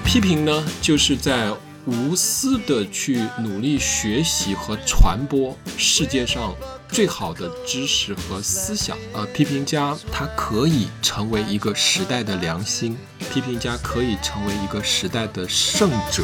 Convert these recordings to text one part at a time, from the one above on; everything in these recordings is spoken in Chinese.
批评呢，就是在无私的去努力学习和传播世界上最好的知识和思想。批评家他可以成为一个时代的良心，批评家可以成为一个时代的圣者。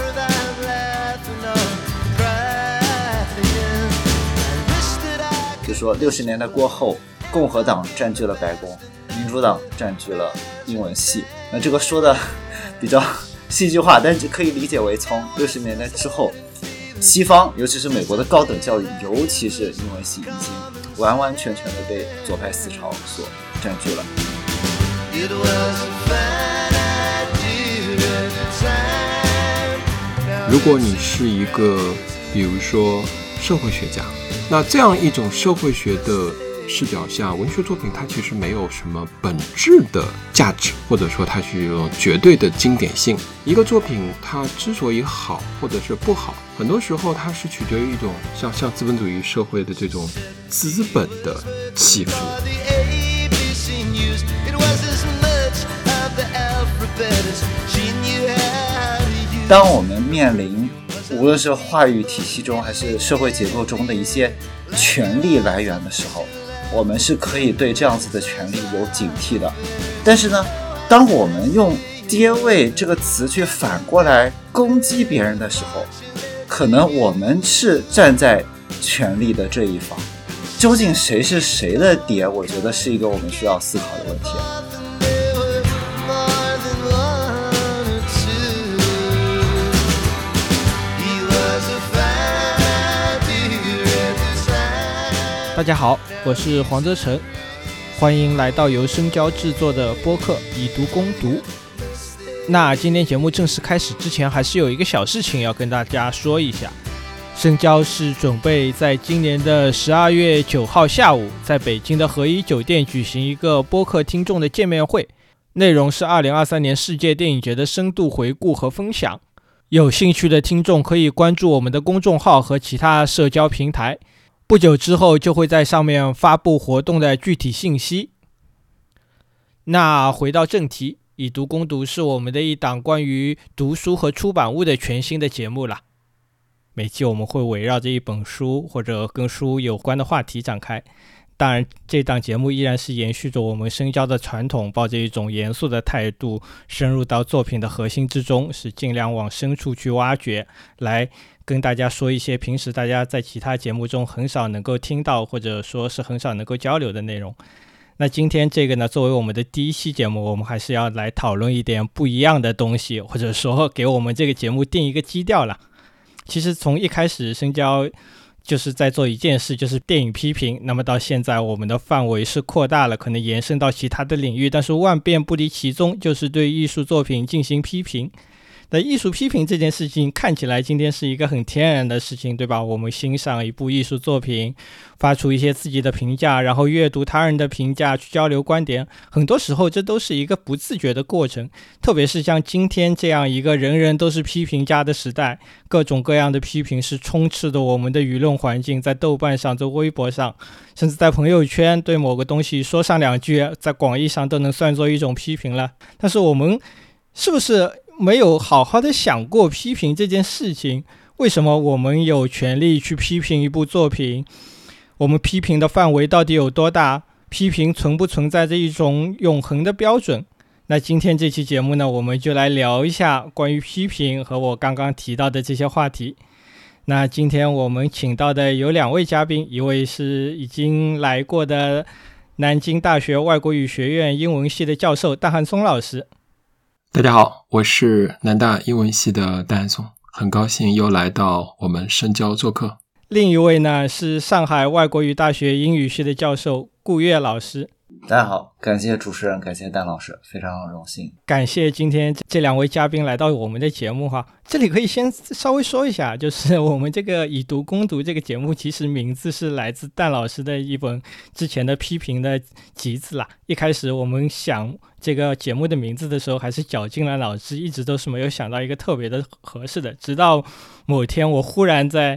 就说60年代过后，共和党占据了白宫，民主党占据了英文系。那这个说的比较戏剧化，但是可以理解为从60年代之后，西方尤其是美国的高等教育，尤其是英文系，已经完完全全的被左派思潮所占据了。 如果你是一个比如说社会学家，那这样一种社会学的视角下，文学作品它其实没有什么本质的价值，或者说它具有绝对的经典性。一个作品它之所以好或者是不好，很多时候它是取决于一种像资本主义社会的这种资本的起伏。 当我们面临无论是话语体系中还是社会结构中的一些权力来源的时候，我们是可以对这样子的权利有警惕的。但是呢，当我们用爹味这个词去反过来攻击别人的时候，可能我们是站在权力的这一方。究竟谁是谁的爹，我觉得是一个我们需要思考的问题。 大家好，我是黄泽成，欢迎来到由深交制作的播客以读攻读。那今天节目正式开始之前，还是有一个小事情要跟大家说一下。深交是准备在今年的12月9号下午，在北京的和一酒店举行一个播客听众的见面会，内容是2023年世界电影节的深度回顾和分享。有兴趣的听众可以关注我们的公众号和其他社交平台，不久之后就会在上面发布活动的具体信息。那回到正题，以读攻读是我们的一档关于读书和出版物的全新的节目了。每期我们会围绕着一本书或者跟书有关的话题展开。当然，这档节目依然是延续着我们深交的传统，抱着一种严肃的态度，深入到作品的核心之中，是尽量往深处去挖掘，来跟大家说一些平时大家在其他节目中很少能够听到，或者说是很少能够交流的内容。那今天这个呢，作为我们的第一期节目，我们还是要来讨论一点不一样的东西，或者说给我们这个节目定一个基调了。其实从一开始深交就是在做一件事，就是电影批评。那么到现在我们的范围是扩大了，可能延伸到其他的领域，但是万变不离其宗，就是对艺术作品进行批评。那艺术批评这件事情看起来今天是一个很天然的事情，对吧？我们欣赏一部艺术作品，发出一些自己的评价，然后阅读他人的评价，去交流观点，很多时候这都是一个不自觉的过程。特别是像今天这样一个人人都是批评家的时代，各种各样的批评是充斥着我们的舆论环境，在豆瓣上，在微博上，甚至在朋友圈对某个东西说上两句，在广义上都能算作一种批评了。但是我们是不是没有好好的想过批评这件事情？为什么我们有权利去批评一部作品？我们批评的范围到底有多大？批评存不存在着一种永恒的标准？那今天这期节目呢，我们就来聊一下关于批评和我刚刚提到的这些话题。那今天我们请到的有2位嘉宾，一位是已经来过的南京大学外国语学院英文系的教授戴汉松老师。 大家好，我是南大英文系的戴汉松，很高兴又来到我们深交做客。 另一位呢是上海外国语大学英语系的教授顾越老师。 大家好，感谢主持人，感谢戴老师，非常荣幸。 感谢今天这2位嘉宾来到我们的节目哈。这里可以先稍微说一下，就是我们这个以读攻读这个节目，其实名字是来自戴老师的一本之前的批评的集子啦。一开始我们想这个节目的名字的时候，还是绞尽了脑汁，一直都是没有想到一个特别的合适的。直到某天，我忽然在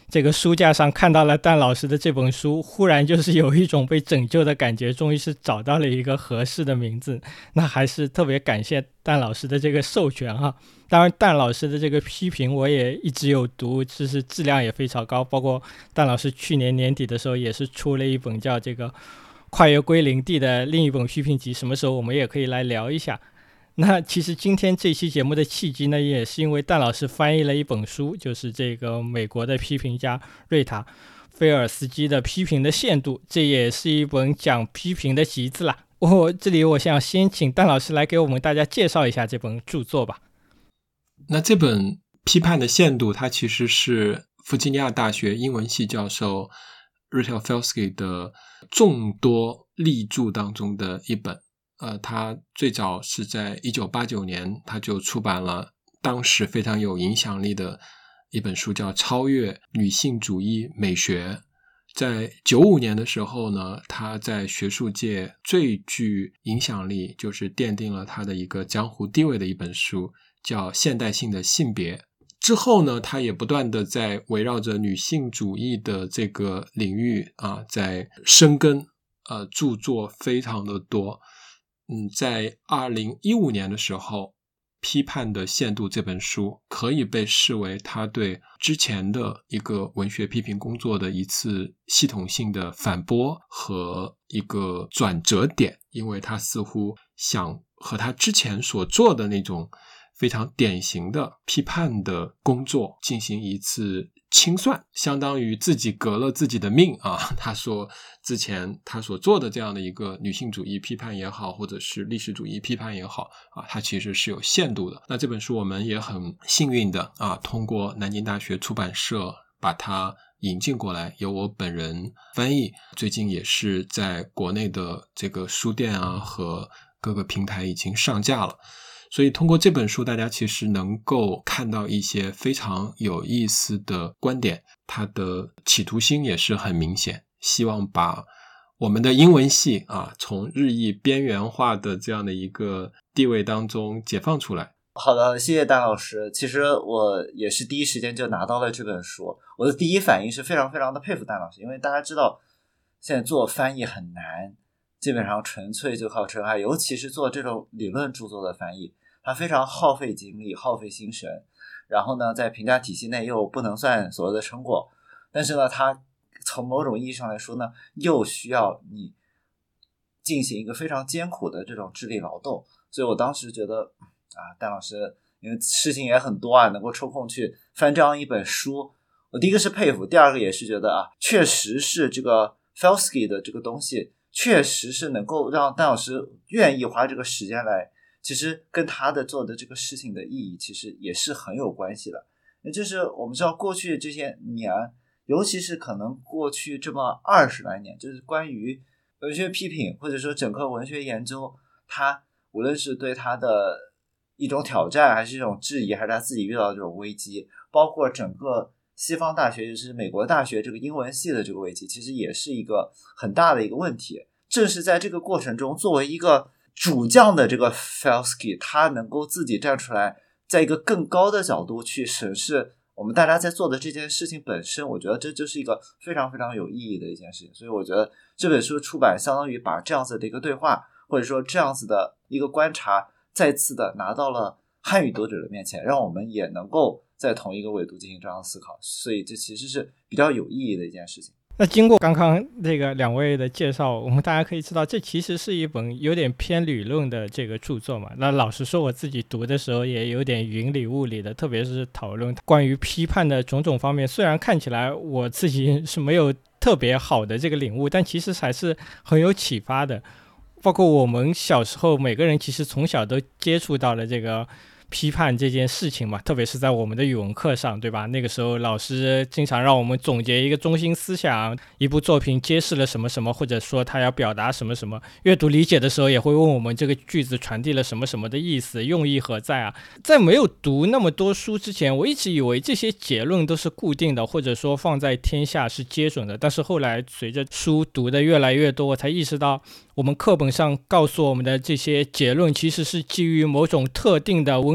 这个书架上看到了蛋老师的这本书，忽然就是有一种被拯救的感觉，终于是找到了一个合适的名字。那还是特别感谢蛋老师的这个授权哈。当然蛋老师的这个批评我也一直有读，就是质量也非常高，包括蛋老师去年年底的时候也是出了一本叫这个跨越归零地的另一本批评集，什么时候我们也可以来聊一下。那其实今天这期节目的契机呢，也是因为蛋老师翻译了一本书，就是这个美国的批评家瑞塔·菲尔斯基的《批评的限度》，这也是一本讲批评的集子啦。这里我想先请蛋老师来给我们大家介绍一下这本著作吧。 那这本《批判的限度》它其实是弗吉尼亚大学英文系教授 Rita Felsky 的众多力著当中的一本。他最早是在1989年他就出版了当时非常有影响力的一本书，叫《超越女性主义美学》。在95年的时候呢，他在学术界最具影响力，就是奠定了他的一个江湖地位的一本书，叫《现代性的性别》。之后呢，他也不断的在围绕着女性主义的这个领域在深耕，著作非常的多。在2015年的时候，《批判的限度》这本书可以被视为他对之前的一个文学批评工作的一次系统性的反驳和一个转折点，因为他似乎想和他之前所做的那种非常典型的批判的工作进行一次清算，相当于自己革了自己的命他说之前他所做的这样的一个女性主义批判也好，或者是历史主义批判也好它其实是有限度的。那这本书我们也很幸运的通过南京大学出版社把它引进过来，由我本人翻译，最近也是在国内的这个书店和各个平台已经上架了。所以通过这本书，大家其实能够看到一些非常有意思的观点，它的企图心也是很明显，希望把我们的英文系从日益边缘化的这样的一个地位当中解放出来。 好的，谢谢蛋老师。其实我也是第一时间就拿到了这本书，我的第一反应是非常非常的佩服蛋老师，因为大家知道现在做翻译很难，基本上纯粹就靠纯爱，尤其是做这种理论著作的翻译，它非常耗费精力耗费心神，然后呢在评价体系内又不能算所谓的成果，但是呢它从某种意义上来说呢又需要你进行一个非常艰苦的这种智力劳动。所以我当时觉得蛋老师因为事情也很多能够抽空去翻这样一本书，我第一个是佩服，第二个也是觉得确实是这个 Felsky 的这个东西确实是能够让蛋老师愿意花这个时间来，其实跟他的做的这个事情的意义其实也是很有关系的。也就是我们知道过去这些年，尤其是可能过去这么20来年，就是关于文学批评或者说整个文学研究，它无论是对它的一种挑战还是一种质疑，还是他自己遇到的这种危机，包括整个西方大学就是美国大学这个英文系的这个危机，其实也是一个很大的一个问题。正是在这个过程中，作为一个主将的这个 Felsky， 他能够自己站出来，在一个更高的角度去审视我们大家在做的这件事情本身，我觉得这就是一个非常非常有意义的一件事情。所以我觉得这本书出版相当于把这样子的一个对话，或者说这样子的一个观察，再次的拿到了汉语读者的面前，让我们也能够在同一个维度进行这样的思考，所以这其实是比较有意义的一件事情。 那经过刚刚这个两位的介绍，我们大家可以知道这其实是一本有点偏理论的这个著作嘛。那老实说我自己读的时候也有点云里雾里的，特别是讨论关于批判的种种方面，虽然看起来我自己是没有特别好的这个领悟，但其实还是很有启发的。包括我们小时候每个人其实从小都接触到了这个批判这件事情嘛，特别是在我们的语文课上，对吧？那个时候老师经常让我们总结一个中心思想，一部作品揭示了什么什么，或者说他要表达什么什么。阅读理解的时候也会问我们这个句子传递了什么什么的意思，用意何在啊？在没有读那么多书之前，我一直以为这些结论都是固定的，或者说放在天下是皆准的。但是后来随着书读的越来越多，我才意识到我们课本上告诉我们的这些结论其实是基于某种特定的文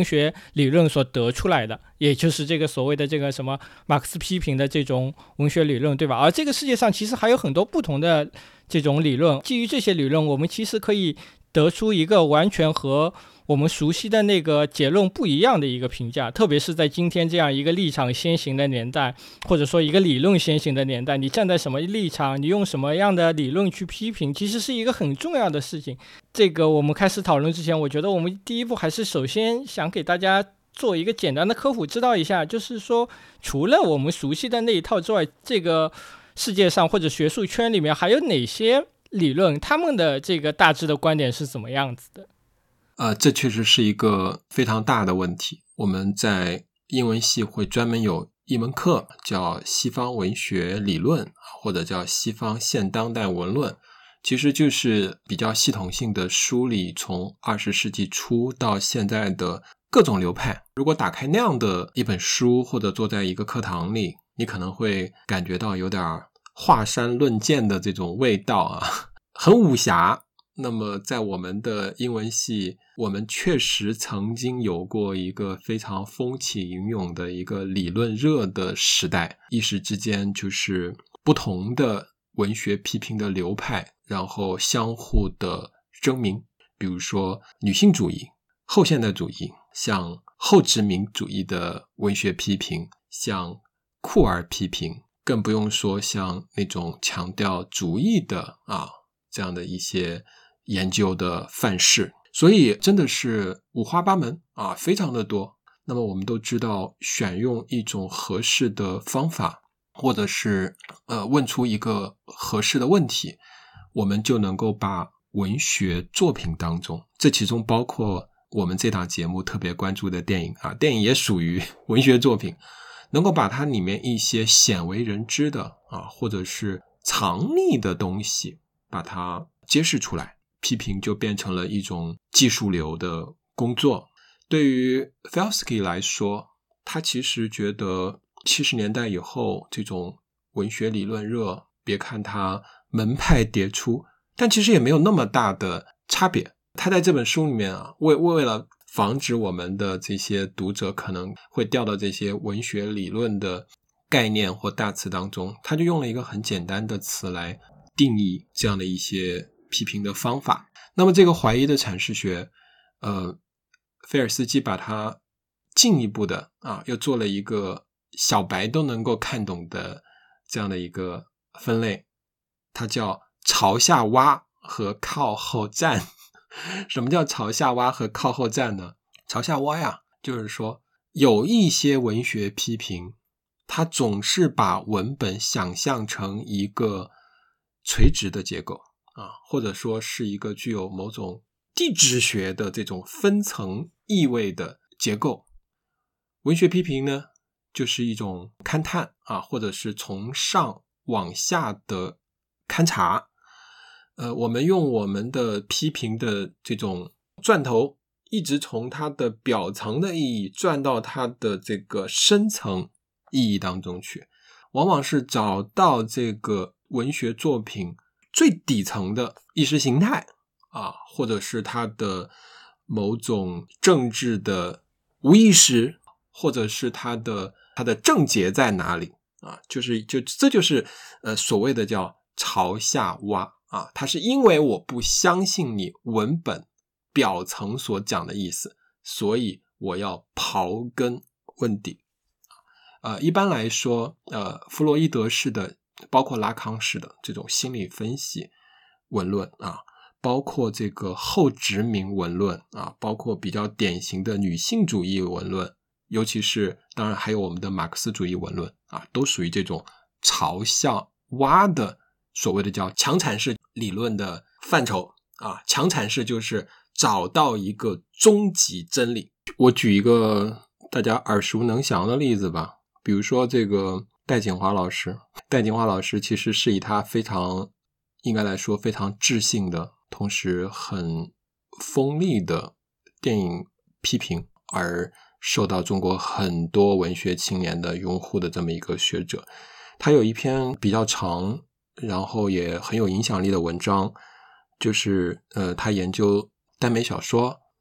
文学理论所得出来的，也就是这个所谓的这个什么马克思批评的这种文学理论，对吧？而这个世界上其实还有很多不同的这种理论，基于这些理论，我们其实可以得出一个完全和我们熟悉的那个结论不一样的一个评价，特别是在今天这样一个立场先行的年代，或者说一个理论先行的年代，你站在什么立场，你用什么样的理论去批评，其实是一个很重要的事情。这个我们开始讨论之前，我觉得我们第一步还是首先想给大家做一个简单的科普，知道一下，就是说除了我们熟悉的那一套之外，这个世界上或者学术圈里面还有哪些理论，他们的这个大致的观点是怎么样子的？ 这确实是一个非常大的问题。我们在英文系会专门有一门课叫西方文学理论，或者叫西方现当代文论，其实就是比较系统性的梳理从20世纪初到现在的各种流派。如果打开那样的一本书，或者坐在一个课堂里，你可能会感觉到有点华山论剑的这种味道啊，很武侠。那么在我们的英文系，我们确实曾经有过一个非常风起云涌的一个理论热的时代，一时之间就是不同的文学批评的流派，然后相互的争鸣。比如说女性主义、后现代主义，像后殖民主义的文学批评，像酷儿批评，更不用说像那种强调主义的这样的一些研究的范式。所以真的是五花八门非常的多。那么我们都知道，选用一种合适的方法，或者是问出一个合适的问题，我们就能够把文学作品当中，这其中包括我们这档节目特别关注的电影电影也属于文学作品，能够把它里面一些鲜为人知的或者是藏匿的东西把它揭示出来，批评就变成了一种技术流的工作。对于 Felsky 来说，他其实觉得70年代以后这种文学理论热，别看它门派迭出，但其实也没有那么大的差别。他在这本书里面为了防止我们的这些读者可能会掉到这些文学理论的概念或大词当中，他就用了一个很简单的词来定义这样的一些批评的方法。那么这个怀疑的阐释学菲尔斯基把它进一步的又做了一个小白都能够看懂的这样的一个分类，它叫朝下挖和靠后站。什么叫朝下挖和靠后站呢？朝下挖呀，就是说有一些文学批评，它总是把文本想象成一个垂直的结构或者说是一个具有某种地质学的这种分层意味的结构。文学批评呢，就是一种勘探或者是从上往下的勘察。我们用我们的批评的这种钻头，一直从它的表层的意义转到它的这个深层意义当中去，往往是找到这个文学作品最底层的意识形态或者是它的某种政治的无意识，或者是它的症结在哪里这就是所谓的叫朝下挖它是因为我不相信你文本表层所讲的意思，所以我要刨根问底。一般来说弗洛伊德式的，包括拉康式的这种心理分析文论包括这个后殖民文论包括比较典型的女性主义文论，尤其是当然还有我们的马克思主义文论都属于这种朝下挖的所谓的叫强阐释理论的范畴强阐释就是找到一个终极真理。我举一个大家耳熟能详的例子吧，比如说这个戴锦华老师。戴锦华老师其实是以他非常应该来说非常智性的，同时很锋利的电影批评而受到中国很多文学青年的拥护的这么一个学者。他有一篇比较长然后也很有影响力的文章，就是他研究耽美小说，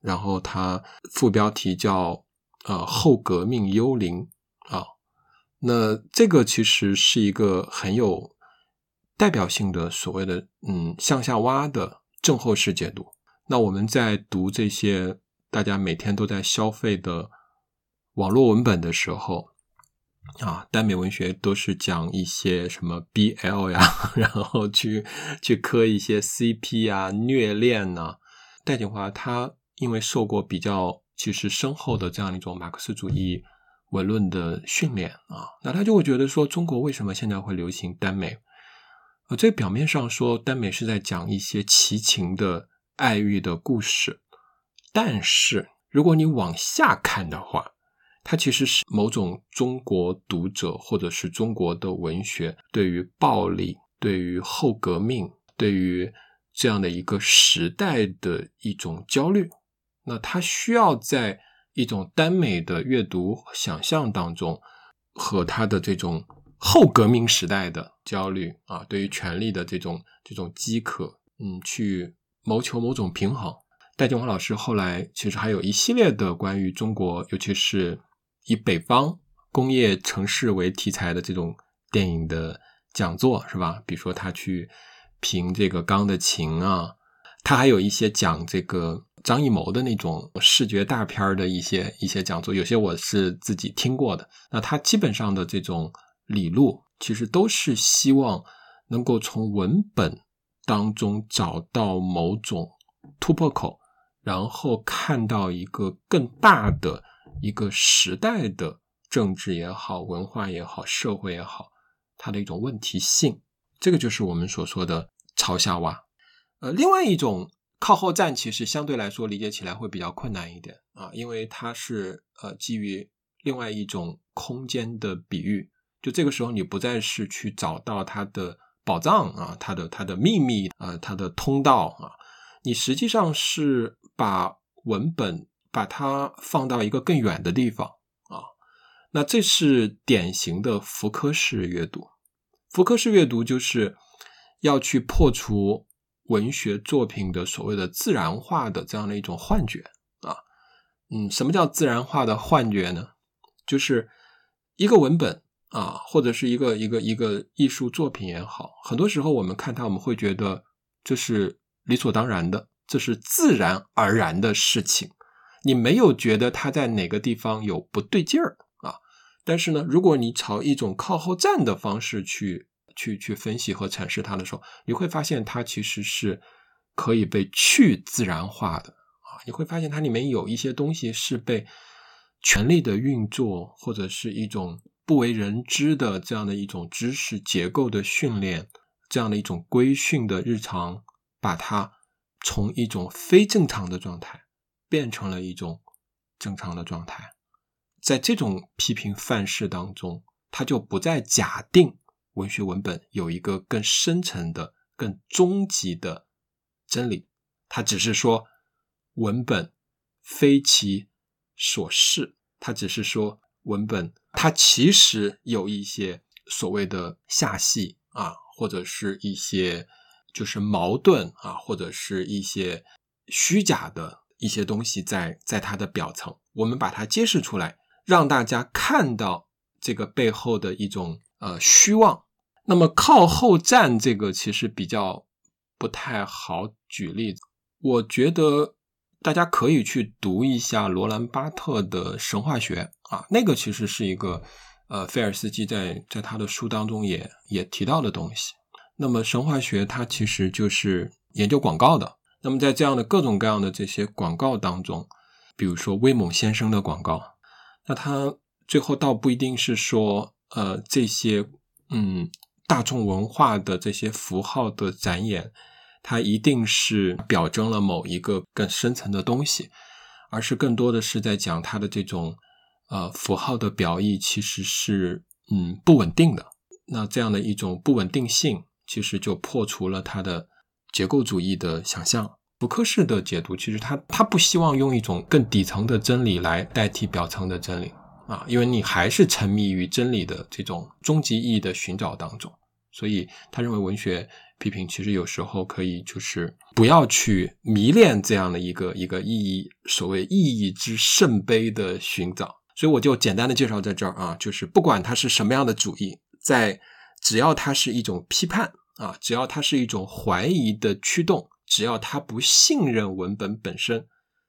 然后它副标题叫后革命幽灵啊。那这个其实是一个很有代表性的所谓的向下挖的症候式解读。那我们在读这些大家每天都在消费的网络文本的时候啊，耽美文学都是讲一些什么 BL 呀，然后去磕一些 CP 啊，虐恋啊。戴锦华他因为受过比较其实深厚的这样一种马克思主义文论的训练啊，那他就会觉得说中国为什么现在会流行耽美？这表面上说耽美是在讲一些奇情的爱欲的故事，但是如果你往下看的话，它其实是某种中国读者或者是中国的文学对于暴力、对于后革命、对于这样的一个时代的一种焦虑。那它需要在一种耽美的阅读想象当中和它的这种后革命时代的焦虑啊，对于权力的这种饥渴去谋求某种平衡。戴锦华老师后来其实还有一系列的关于中国尤其是以北方工业城市为题材的这种电影的讲座是吧？比如说他去评这个钢的琴啊，他还有一些讲这个张艺谋的那种视觉大片的一些讲座，有些我是自己听过的。那他基本上的这种理路其实都是希望能够从文本当中找到某种突破口，然后看到一个更大的一个时代的政治也好，文化也好，社会也好，它的一种问题性。这个就是我们所说的朝下挖。另外一种靠后站其实相对来说理解起来会比较困难一点啊，因为它是基于另外一种空间的比喻，就这个时候你不再是去找到它的宝藏啊，它的秘密它的通道啊，你实际上是把文本把它放到一个更远的地方啊。那这是典型的福柯式阅读。福柯式阅读就是要去破除文学作品的所谓的自然化的这样的一种幻觉啊。什么叫自然化的幻觉呢？就是一个文本啊，或者是一个艺术作品也好，很多时候我们看它，我们会觉得这是理所当然的，这是自然而然的事情，你没有觉得它在哪个地方有不对劲儿啊。但是呢，如果你朝一种靠后站的方式去分析和阐释它的时候，你会发现它其实是可以被去自然化的啊。你会发现它里面有一些东西是被权力的运作或者是一种不为人知的这样的一种知识结构的训练，这样的一种规训的日常，把它从一种非正常的状态变成了一种正常的状态。在这种批评范式当中，它就不再假定文学文本有一个更深层的更终极的真理，它只是说文本非其所是，它只是说文本它其实有一些所谓的下戏啊，或者是一些就是矛盾啊，或者是一些虚假的一些东西在它的表层，我们把它揭示出来，让大家看到这个背后的一种虚妄。那么靠后站这个其实比较不太好举例子，我觉得大家可以去读一下罗兰巴特的神话学啊，那个其实是一个菲尔斯基在他的书当中也提到的东西。那么神话学它其实就是研究广告的，那么在这样的各种各样的这些广告当中，比如说威猛先生的广告，那它最后倒不一定是说这些大众文化的这些符号的展演它一定是表征了某一个更深层的东西，而是更多的是在讲它的这种符号的表意其实是不稳定的。那这样的一种不稳定性其实就破除了它的结构主义的想象。福柯式的解读其实他不希望用一种更底层的真理来代替表层的真理啊，因为你还是沉迷于真理的这种终极意义的寻找当中。 所以他认为文学批评其实有时候可以就是不要去迷恋这样的一个意义，所谓意义之圣杯的寻找。所以我就简单的介绍在这儿啊，就是不管它是什么样的主义，只要它是一种批判啊，只要它是一种怀疑的驱动，只要它不信任文本本身，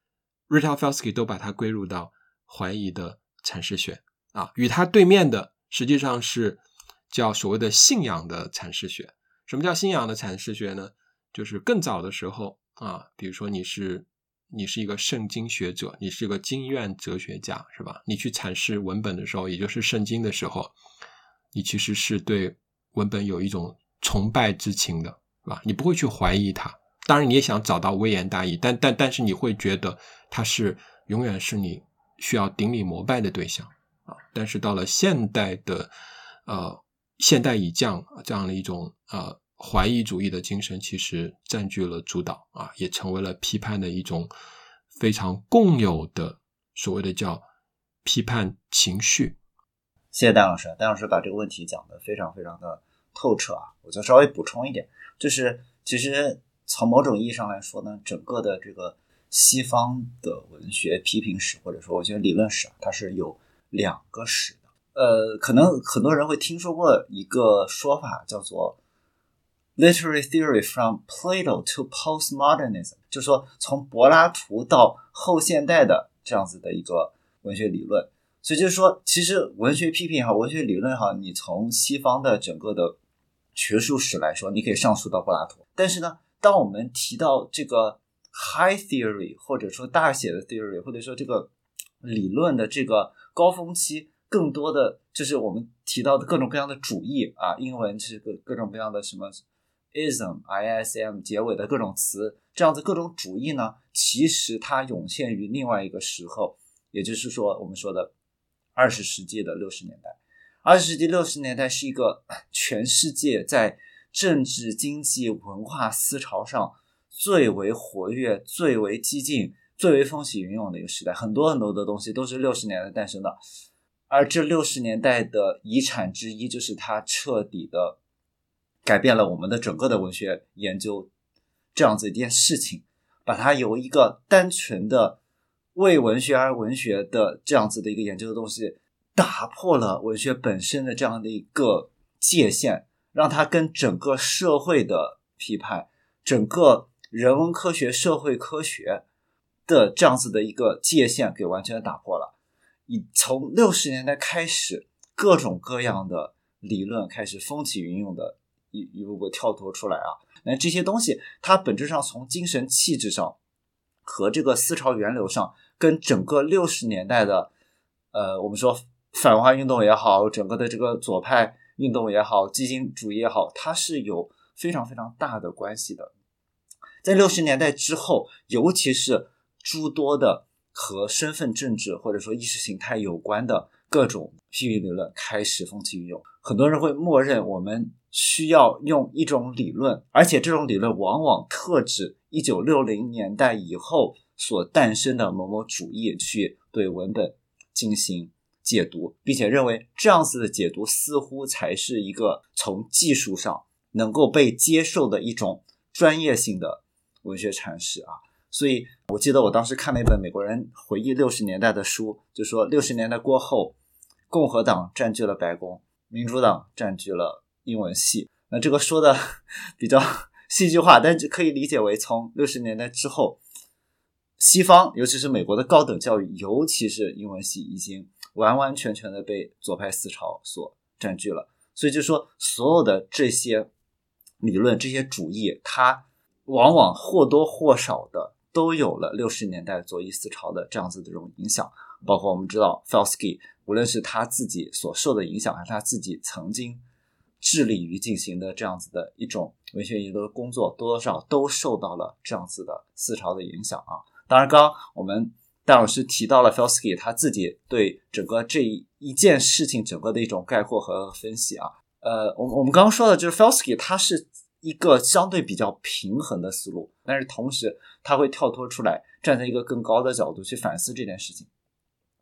Rita Felsky 都把它归入到怀疑的阐释学啊。与它对面的实际上是叫所谓的信仰的阐释学。什么叫信仰的阐释学呢？就是更早的时候啊，比如说你是一个圣经学者，你是个经院哲学家，是吧？你去阐释文本的时候，也就是圣经的时候，你其实是对文本有一种崇拜之情的，是吧？你不会去怀疑它，当然你也想找到微言大义，但是你会觉得它是永远是你需要顶礼膜拜的对象啊。但是到了现代的现代以降这样的一种怀疑主义的精神，其实占据了主导啊，也成为了批判的一种非常共有的所谓的叫批判情绪。 谢谢戴老师，戴老师把这个问题讲得非常非常的透彻啊。我就稍微补充一点，就是其实从某种意义上来说呢，整个的这个西方的文学批评史或者说文学理论史它是有2个史的。可能很多人会听说过一个说法叫做 literary theory from Plato to postmodernism， 就是说从柏拉图到后现代的这样子的一个文学理论。所以就是说其实文学批评也好，文学理论也好，你从西方的整个的学术史来说，你可以上溯到柏拉图。但是呢，当我们提到这个 high theory 或者说大写的 theory 或者说这个理论的这个高峰期，更多的就是我们提到的各种各样的主义啊，英文是各种各样的什么 ism 结尾的各种词，这样子各种主义呢，其实它涌现于另外一个时候，也就是说我们说的20世纪的60年代。20世纪60年代是一个全世界在政治、经济、文化思潮上最为活跃、最为激进、最为风起云涌的一个时代，很多很多的东西都是60年代诞生的。而这60年代的遗产之一，就是它彻底的改变了我们的整个的文学研究这样子一件事情，把它由一个单纯的为文学而文学的这样子的一个研究的东西，打破了文学本身的这样的一个界限，让它跟整个社会的批判，整个人文科学、社会科学的这样子的一个界限给完全打破了。从60年代开始，各种各样的理论开始风起云涌的一步步跳脱出来啊。那这些东西它本质上从精神气质上和这个思潮源流上，跟整个60年代的我们说反文化运动也好，整个的这个左派运动也好，激进主义也好，它是有非常非常大的关系的。在60年代之后，尤其是诸多的和身份政治或者说意识形态有关的各种批评理论开始风起云涌，很多人会默认我们需要用一种理论，而且这种理论往往特指1960年代以后所诞生的某某主义去对文本进行解读，并且认为这样子的解读似乎才是一个从技术上能够被接受的一种专业性的文学阐释啊。所以我记得我当时看了一本美国人回忆60年代的书，就说60年代过后，共和党占据了白宫，民主党占据了英文系。那这个说的比较戏剧化，但可以理解为从60年代之后，西方尤其是美国的高等教育，尤其是英文系已经完完全全的被左派思潮所占据了。所以就说所有的这些理论、这些主义，它往往或多或少的都有了60年代左翼思潮的这样子的这种影响。包括我们知道 Felsky 无论是他自己所受的影响，还是他自己曾经致力于进行的这样子的一种文学研究的工作，多多少少都受到了这样子的思潮的影响啊。当然刚刚我们戴老师提到了 Felsky 他自己对整个这一件事情整个的一种概括和分析啊。我们刚刚说的就是 Felsky 他是一个相对比较平衡的思路，但是同时他会跳脱出来，站在一个更高的角度去反思这件事情。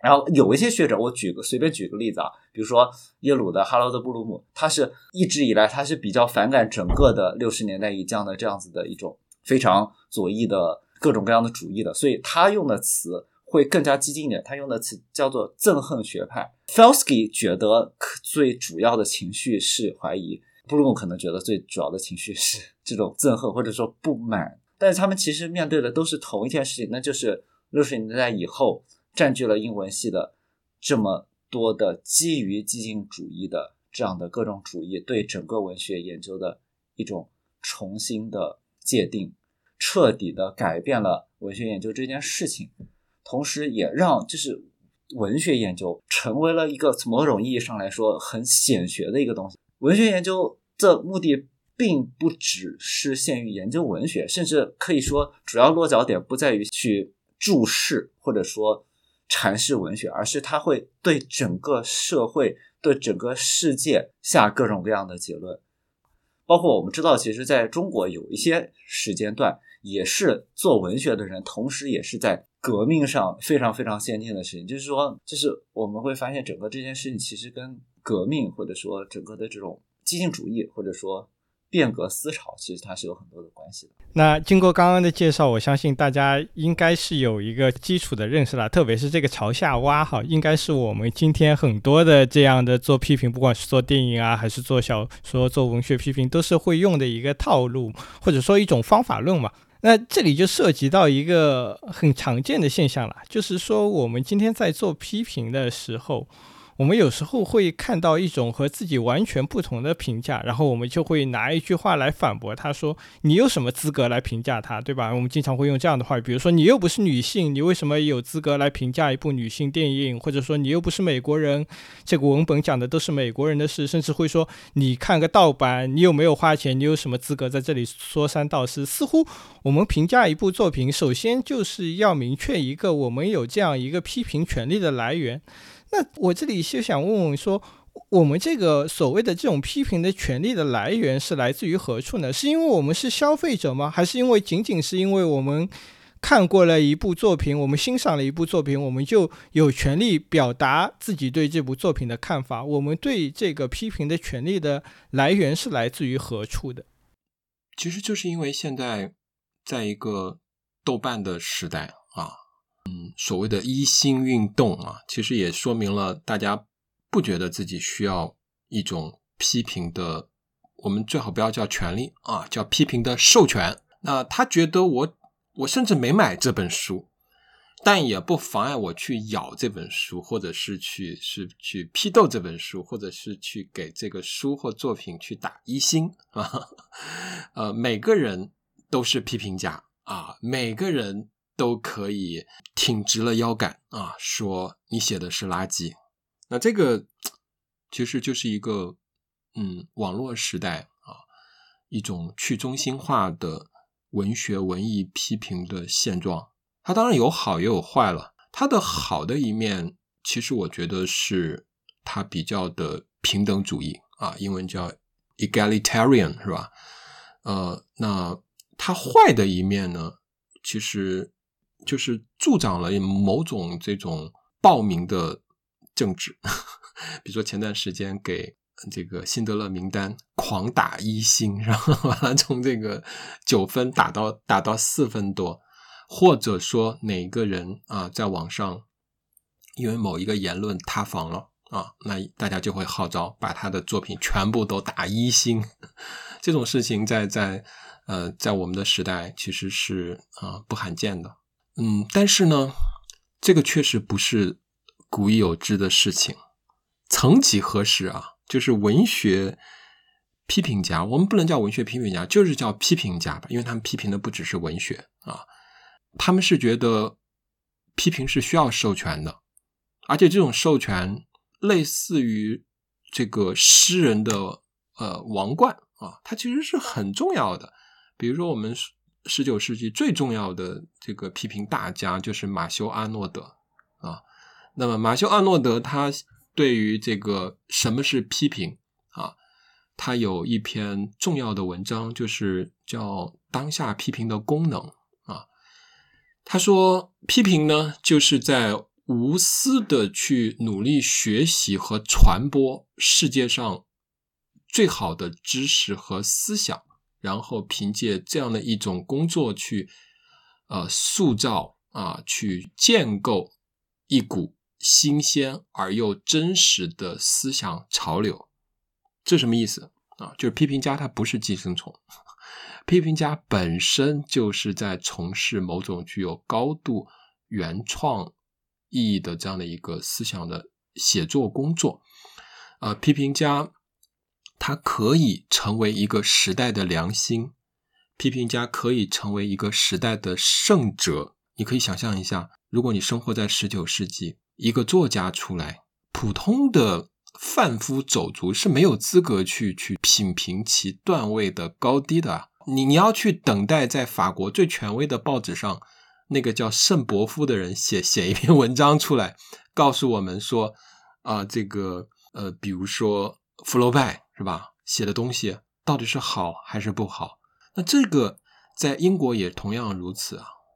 然后有一些学者，我随便举个例子啊，比如说耶鲁的哈罗德·布鲁姆，他是一直以来他是比较反感整个的60年代以降的这样子的一种非常左翼的各种各样的主义的，所以他用的词会更加激进一点，他用的词叫做憎恨学派。Felsky 觉得最主要的情绪是怀疑，布鲁姆可能觉得最主要的情绪是这种憎恨或者说不满，但是他们其实面对的都是同一件事情，那就是60年代以后占据了英文系的这么多的基于激进主义的这样的各种主义对整个文学研究的一种重新的界定，彻底的改变了文学研究这件事情，同时也让就是文学研究成为了一个从某种意义上来说很显学的一个东西。文学研究的目的并不只是限于研究文学，甚至可以说主要落脚点不在于去注释或者说阐释文学，而是它会对整个社会对整个世界下各种各样的结论。包括我们知道其实在中国有一些时间段也是做文学的人同时也是在革命上非常非常先进的事情，就是说就是我们会发现整个这件事情其实跟革命或者说整个的这种激进主义或者说变革思潮其实它是有很多的关系的。 那经过刚刚的介绍，我相信大家应该是有一个基础的认识了，特别是这个朝下挖哈，应该是我们今天很多的这样的做批评，不管是做电影啊还是做小说做文学批评，都是会用的一个套路或者说一种方法论嘛。那这里就涉及到一个很常见的现象了，就是说我们今天在做批评的时候，我们有时候会看到一种和自己完全不同的评价，然后我们就会拿一句话来反驳他，说你有什么资格来评价他，对吧？我们经常会用这样的话，比如说你又不是女性，你为什么有资格来评价一部女性电影？或者说你又不是美国人，这个文本讲的都是美国人的事，甚至会说你看个盗版，你有没有花钱，你有什么资格在这里说三道四？似乎我们评价一部作品，首先就是要明确一个我们有这样一个批评权利的来源。那我这里就想问问说，我们这个所谓的这种批评的权利的来源是来自于何处呢？是因为我们是消费者吗？还是仅仅是因为我们看过了一部作品，我们欣赏了一部作品，我们就有权利表达自己对这部作品的看法？我们对这个批评的权利的来源是来自于何处的？ 其实就是因为现在在一个豆瓣的时代啊，所谓的一心运动啊，其实也说明了大家不觉得自己需要一种批评的，我们最好不要叫权利啊，叫批评的授权。那他觉得我甚至没买这本书，但也不妨碍我去咬这本书，或者是去批斗这本书，或者是去给这个书或作品去打一星啊。每个人都是批评家啊，每个人都可以挺直了腰杆啊，说你写的是垃圾。那这个其实就是一个网络时代啊，一种去中心化的文学文艺批评的现状。它当然有好也有坏了，它的好的一面其实我觉得是它比较的平等主义啊，英文叫 egalitarian 是吧？那它坏的一面呢，其实就是助长了某种这种暴民的政治比如说前段时间给这个辛德勒名单狂打1星，然后完了从这个9分打到4分多，或者说哪个人啊在网上因为某一个言论塌房了啊，那大家就会号召把他的作品全部都打1星这种事情在我们的时代其实是不罕见的。但是呢，这个确实不是古已有之的事情。曾几何时啊，就是文学批评家，我们不能叫文学批评家，就是叫批评家吧，因为他们批评的不只是文学啊，他们是觉得批评是需要授权的，而且这种授权类似于这个诗人的王冠啊，它其实是很重要的。比如说我们19世纪最重要的这个批评大家就是马修阿诺德啊。那么马修阿诺德他对于这个什么是批评啊，他有一篇重要的文章，就是叫当下批评的功能啊。他说批评呢，就是在无私的去努力学习和传播世界上最好的知识和思想，然后凭借这样的一种工作去塑造去建构一股新鲜而又真实的思想潮流。这什么意思啊？就是批评家他不是寄生虫，批评家本身就是在从事某种具有高度原创意义的这样的一个思想的写作工作。批评家他可以成为一个时代的良心，批评家可以成为一个时代的圣者。你可以想象一下，如果你生活在19世纪，一个作家出来，普通的贩夫走卒是没有资格去品评其段位的高低的。你要去等待在法国最权威的报纸上，那个叫圣伯夫的人写一篇文章出来，告诉我们说比如说福楼拜是吧，写的东西到底是好还是不好。那这个在英国也同样如此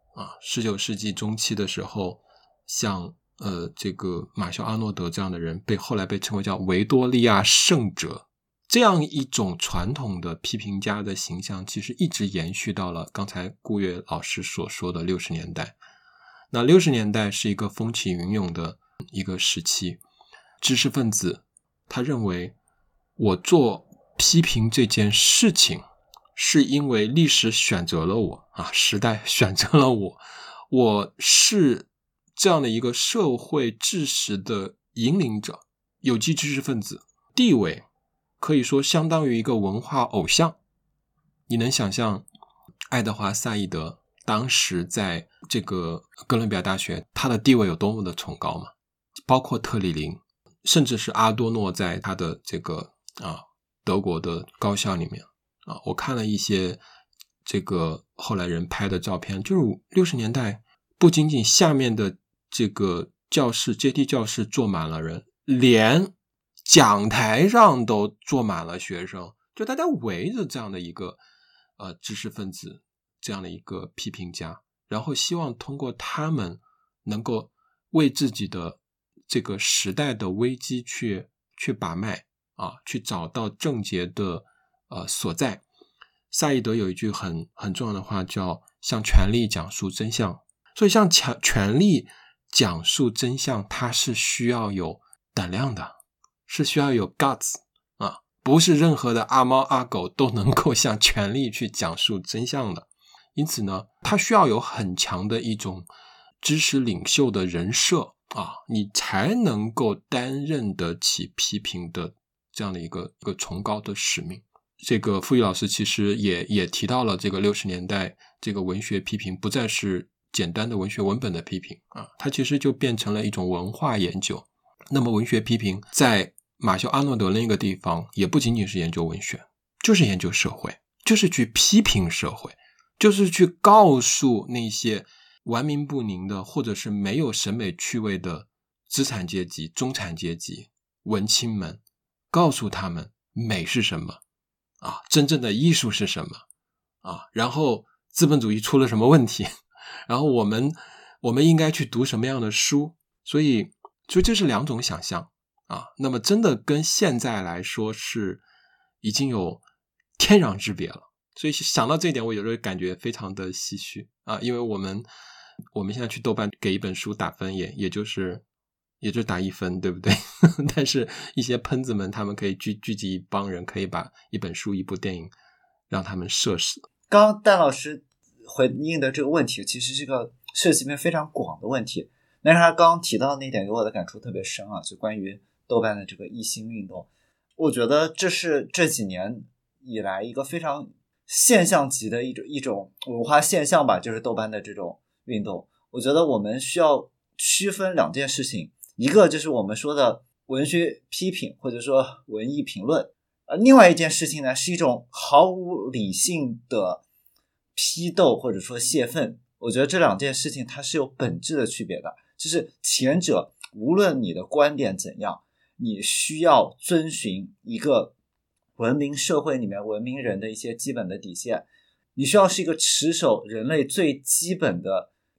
19世纪中期的时候，像这个马肖阿诺德这样的人后来被称为叫维多利亚圣者，这样一种传统的批评家的形象其实一直延续到了刚才顾月老师所说的60年代。那60年代是一个风起云涌的一个时期，知识分子他认为我做批评这件事情是因为历史选择了我时代选择了我是这样的一个社会知识的引领者，有机知识分子地位可以说相当于一个文化偶像。你能想象爱德华·萨义德当时在这个哥伦比亚大学他的地位有多么的崇高吗？包括特里林，甚至是阿多诺在他的这个德国的高校里面我看了一些这个后来人拍的照片，就是60年代不仅仅下面的这个教室阶梯教室坐满了人，连讲台上都坐满了学生，就大家围着这样的一个知识分子，这样的一个批评家，然后希望通过他们能够为自己的这个时代的危机去把脉去找到症结的所在。萨义德有一句很重要的话，叫向权力讲述真相。所以向权力讲述真相，它是需要有胆量的，是需要有 guts 不是任何的阿猫阿狗都能够向权力去讲述真相的。因此呢，它需要有很强的一种知识领袖的人设你才能够担任得起批评的这样的一个崇高的使命。这个傅玉老师其实也提到了这个60年代这个文学批评不再是简单的文学文本的批评它其实就变成了一种文化研究。那么文学批评在马修阿诺德那个地方也不仅仅是研究文学，就是研究社会，就是去批评社会，就是去告诉那些顽冥不宁的或者是没有审美趣味的资产阶级、中产阶级、文青们，告诉他们美是什么真正的艺术是什么然后资本主义出了什么问题，然后我们应该去读什么样的书。所以这是两种想象那么真的跟现在来说是已经有天壤之别了。所以想到这一点，我有时候感觉非常的唏嘘因为我们现在去豆瓣给一本书打分也就是打1分，对不对？但是一些喷子们他们可以聚集一帮人，可以把一本书一部电影让他们射死。 刚刚戴老师回应的这个问题其实是个涉及面非常广的问题，但是他刚刚提到的那点给我的感触特别深就关于豆瓣的这个一星运动。我觉得这是这几年以来一个非常现象级的一种文化现象吧，就是豆瓣的这种运动。我觉得我们需要区分两件事情，一个就是我们说的文学批评或者说文艺评论，另外一件事情呢是一种毫无理性的批斗或者说泄愤。我觉得这两件事情它是有本质的区别的，就是前者无论你的观点怎样，你需要遵循一个文明社会里面文明人的一些基本的底线，你需要是一个持守人类最基本的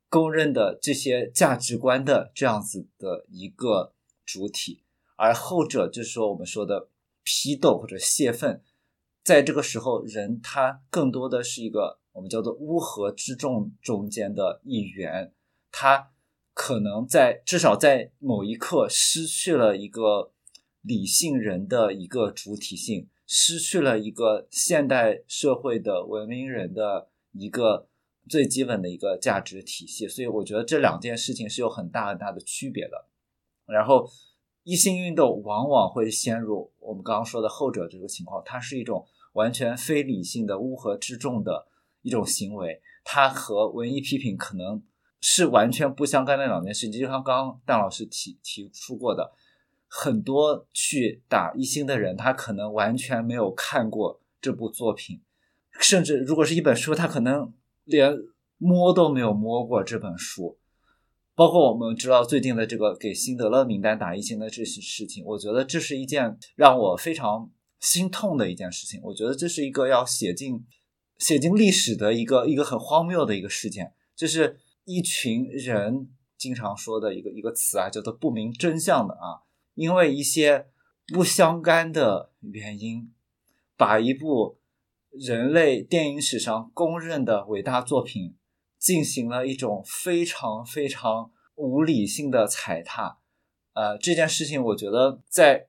公认的这些价值观的这样子的一个主体，而后者就是说我们说的批斗或者泄愤，在这个时候人他更多的是一个我们叫做乌合之众中间的一员，他可能至少在某一刻失去了一个理性人的一个主体性，失去了一个现代社会的文明人的一个最基本的一个价值体系。所以我觉得这两件事情是有很大很大的区别的。然后一心运动往往会陷入我们刚刚说的后者这个情况，它是一种完全非理性的乌合之众的一种行为，它和文艺批评可能是完全不相干的两件事情。就像刚刚Dan老师提出过的，很多去打一星的人他可能完全没有看过这部作品，甚至如果是一本书他可能连摸都没有摸过这本书。包括我们知道最近的这个给辛德勒名单打一星的这些事情，我觉得这是一件让我非常心痛的一件事情。我觉得这是一个要写进历史的一个很荒谬的一个事件，就是一群人经常说的一个词啊，叫做不明真相的啊，因为一些不相干的原因，把一部人类电影史上公认的伟大作品进行了一种非常非常无理性的踩踏。这件事情我觉得在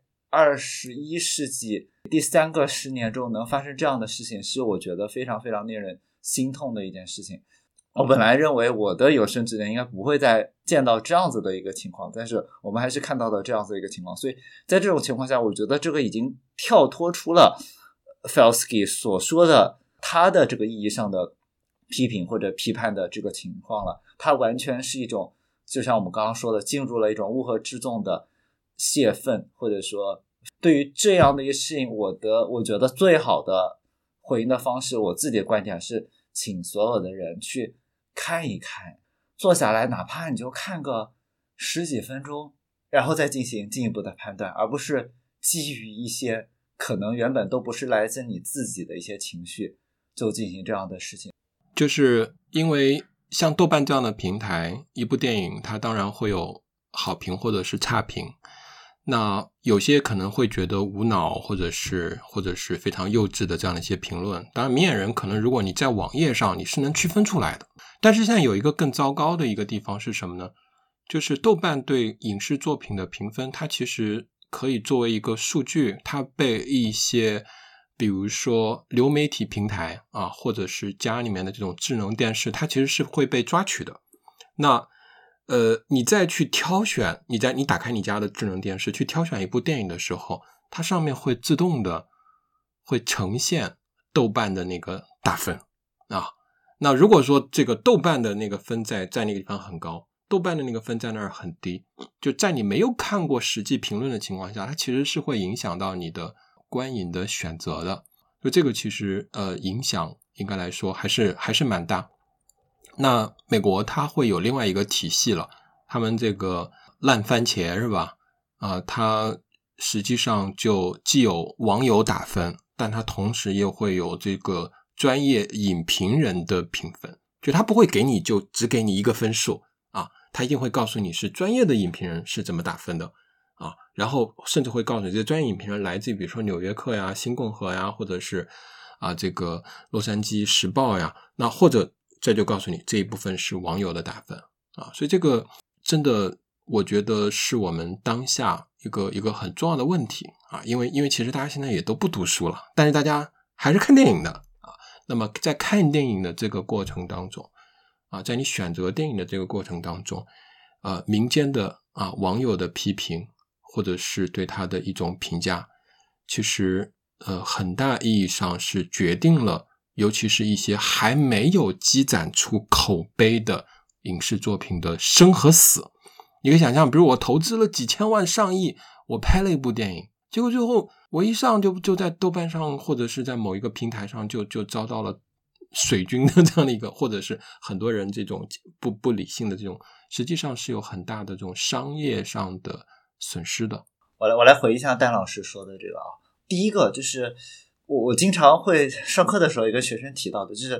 21世纪第3个10年中能发生这样的事情，是我觉得非常非常令人心痛的一件事情。我本来认为我的有生之年应该不会再见到这样子的一个情况，但是我们还是看到了这样子的一个情况。所以在这种情况下，我觉得这个已经跳脱出了 Felsky 所说的他的这个意义上的批评或者批判的这个情况了，它完全是一种就像我们刚刚说的进入了一种乌合之众的泄愤，或者说对于这样的一个事情，我觉得最好的回应的方式，我自己的观点是请所有的人去看一看，坐下来哪怕你就看个10几分钟，然后再进行进一步的判断，而不是基于一些可能原本都不是来自你自己的一些情绪就进行这样的事情。 就是因为像豆瓣这样的平台，一部电影它当然会有好评或者是差评，那有些可能会觉得无脑或者是非常幼稚的这样的一些评论，当然明眼人可能如果你在网页上你是能区分出来的。但是现在有一个更糟糕的一个地方是什么呢？就是豆瓣对影视作品的评分，它其实可以作为一个数据，它被一些比如说流媒体平台啊，或者是家里面的这种智能电视，它其实是会被抓取的。那你再去挑选，你打开你家的智能电视去挑选一部电影的时候，它上面会自动的会呈现豆瓣的那个打分啊。那如果说这个豆瓣的那个分在那个地方很高，豆瓣的那个分在那儿很低，就在你没有看过实际评论的情况下，它其实是会影响到你的观影的选择的。就这个其实影响应该来说还是蛮大。那美国它会有另外一个体系了，他们这个烂番茄是吧？它实际上就既有网友打分，但它同时又会有这个专业影评人的评分，就他不会给你就只给你一个分数啊，他一定会告诉你是专业的影评人是怎么打分的啊，然后甚至会告诉你这些专业影评人来自于比如说纽约客呀、新共和呀，或者是这个洛杉矶时报呀，那或者这就告诉你这一部分是网友的打分啊，所以这个真的我觉得是我们当下一个很重要的问题啊，因为其实大家现在也都不读书了，但是大家还是看电影的啊。那么在看电影的这个过程当中啊，在你选择电影的这个过程当中，民间的网友的批评或者是对他的一种评价，其实很大意义上是决定了，尤其是一些还没有积攒出口碑的影视作品的生和死。你可以想象，比如我投资了几千万上亿，我拍了一部电影，结果最后我一上就在豆瓣上或者是在某一个平台上就遭到了水军的这样的一个，或者是很多人这种不理性的这种，实际上是有很大的这种商业上的损失的。 我来回忆一下Dan老师说的这个啊，第一个就是我经常会上课的时候，一个学生提到的，就是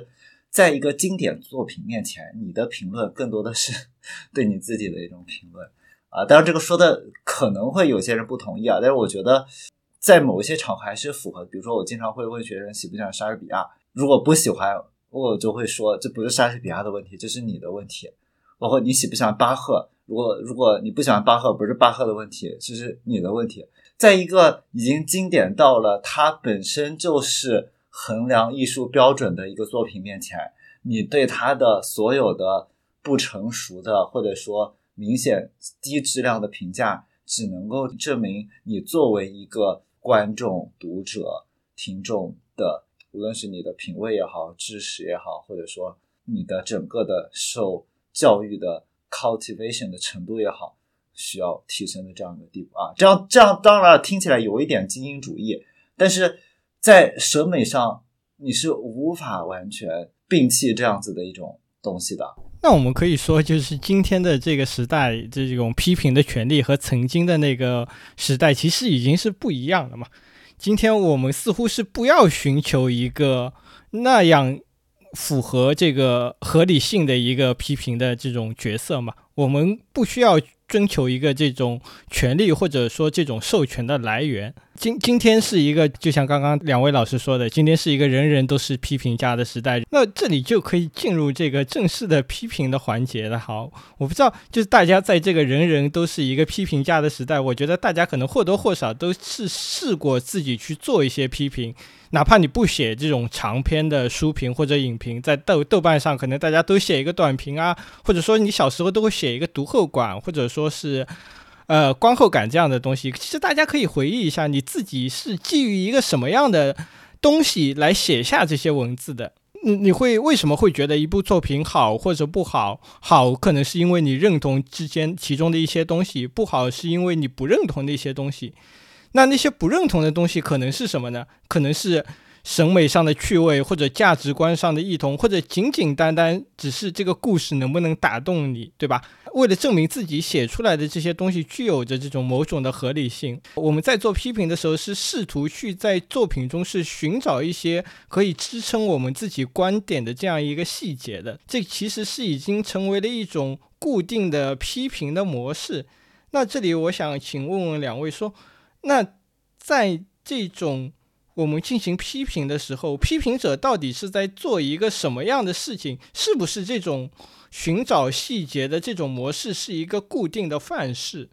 在一个经典作品面前，你的评论更多的是对你自己的一种评论当然这个说的可能会有些人不同意但是我觉得在某一些场合还是符合。比如说我经常会问学生喜不喜欢莎士比亚，如果不喜欢我就会说这不是莎士比亚的问题，这是你的问题。包括你喜不喜欢巴赫，如果你不喜欢巴赫，不是巴赫的问题，这是你的问题。在一个已经经典到了它本身就是衡量艺术标准的一个作品面前，你对它的所有的不成熟的或者说明显低质量的评价，只能够证明你作为一个观众、读者、听众的，无论是你的品味也好，知识也好，或者说你的整个的受教育的 cultivation 的程度也好，需要提升的这样一个地步这样当然听起来有一点精英主义，但是在审美上你是无法完全摒弃这样子的一种东西的。 那我们可以说，就是今天的这个时代，这种批评的权利和曾经的那个时代其实已经是不一样了嘛。今天我们似乎是不要寻求一个那样符合这个合理性的一个批评的这种角色嘛，我们不需要征求一个这种权利或者说这种授权的来源。今天是一个，就像刚刚两位老师说的，今天是一个人人都是批评家的时代，那这里就可以进入这个正式的批评的环节了。好，我不知道，就是大家在这个人人都是一个批评家的时代，我觉得大家可能或多或少都是试过自己去做一些批评，哪怕你不写这种长篇的书评或者影评，在豆瓣上可能大家都写一个短评或者说你小时候都会写一个读后感，或者说是观后感这样的东西。其实大家可以回忆一下，你自己是基于一个什么样的东西来写下这些文字的。你会为什么会觉得一部作品好或者不好？好可能是因为你认同其中的一些东西，不好是因为你不认同的一些东西。那些不认同的东西可能是什么呢？可能是审美上的趣味，或者价值观上的异同，或者仅仅单单只是这个故事能不能打动你，对吧？为了证明自己写出来的这些东西具有着这种某种的合理性，我们在做批评的时候是试图去在作品中是寻找一些可以支撑我们自己观点的这样一个细节的。这其实是已经成为了一种固定的批评的模式。那这里我想请问问两位说，那在这种我们进行批评的时候，批评者到底是在做一个什么样的事情？是不是这种寻找细节的这种模式是一个固定的范式？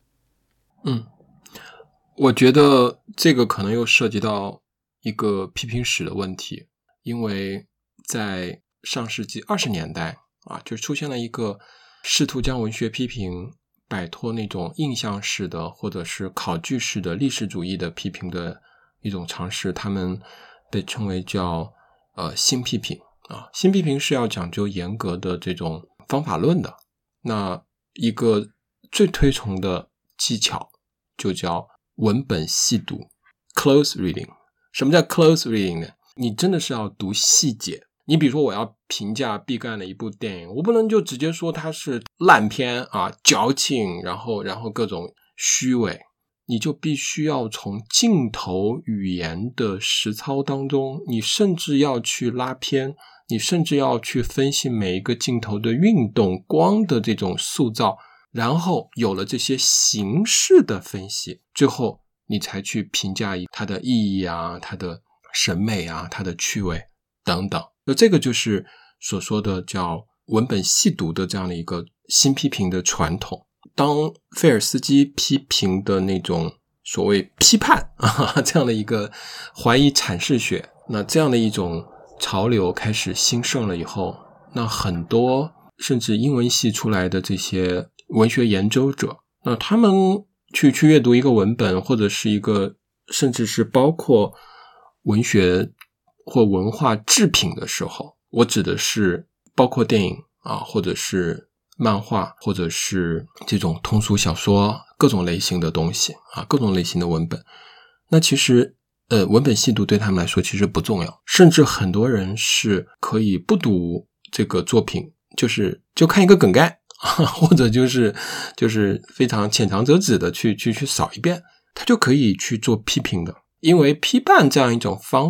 我觉得这个可能又涉及到一个批评史的问题，因为在上世纪20年代就出现了一个试图将文学批评摆脱那种印象式的或者是考据式的历史主义的批评的一种尝试，他们被称为叫新批评新批评是要讲究严格的这种方法论的。那一个最推崇的技巧就叫文本细读 close reading。 什么叫 close reading 呢？你真的是要读细节。你比如说我要评价毕赣的一部电影，我不能就直接说它是烂片矫情，然后各种虚伪，你就必须要从镜头语言的实操当中，你甚至要去拉片，你甚至要去分析每一个镜头的运动、光的这种塑造，然后有了这些形式的分析，最后你才去评价它的意义它的审美它的趣味等等。这个就是所说的叫文本细读的这样的一个新批评的传统。当费尔斯基批评的那种所谓批判这样的一个怀疑阐释学，那这样的一种潮流开始兴盛了以后，那很多甚至英文系出来的这些文学研究者，那他们去阅读一个文本，或者是一个甚至是包括文学或文化制品的时候，我指的是包括电影或者是漫画，或者是这种通俗小说，各种类型的东西各种类型的文本。那其实文本细读对他们来说其实不重要，甚至很多人是可以不读这个作品，就看一个梗概或者就是非常浅尝辄止的去扫一遍，他就可以去做批评的。因为批判这样一种方法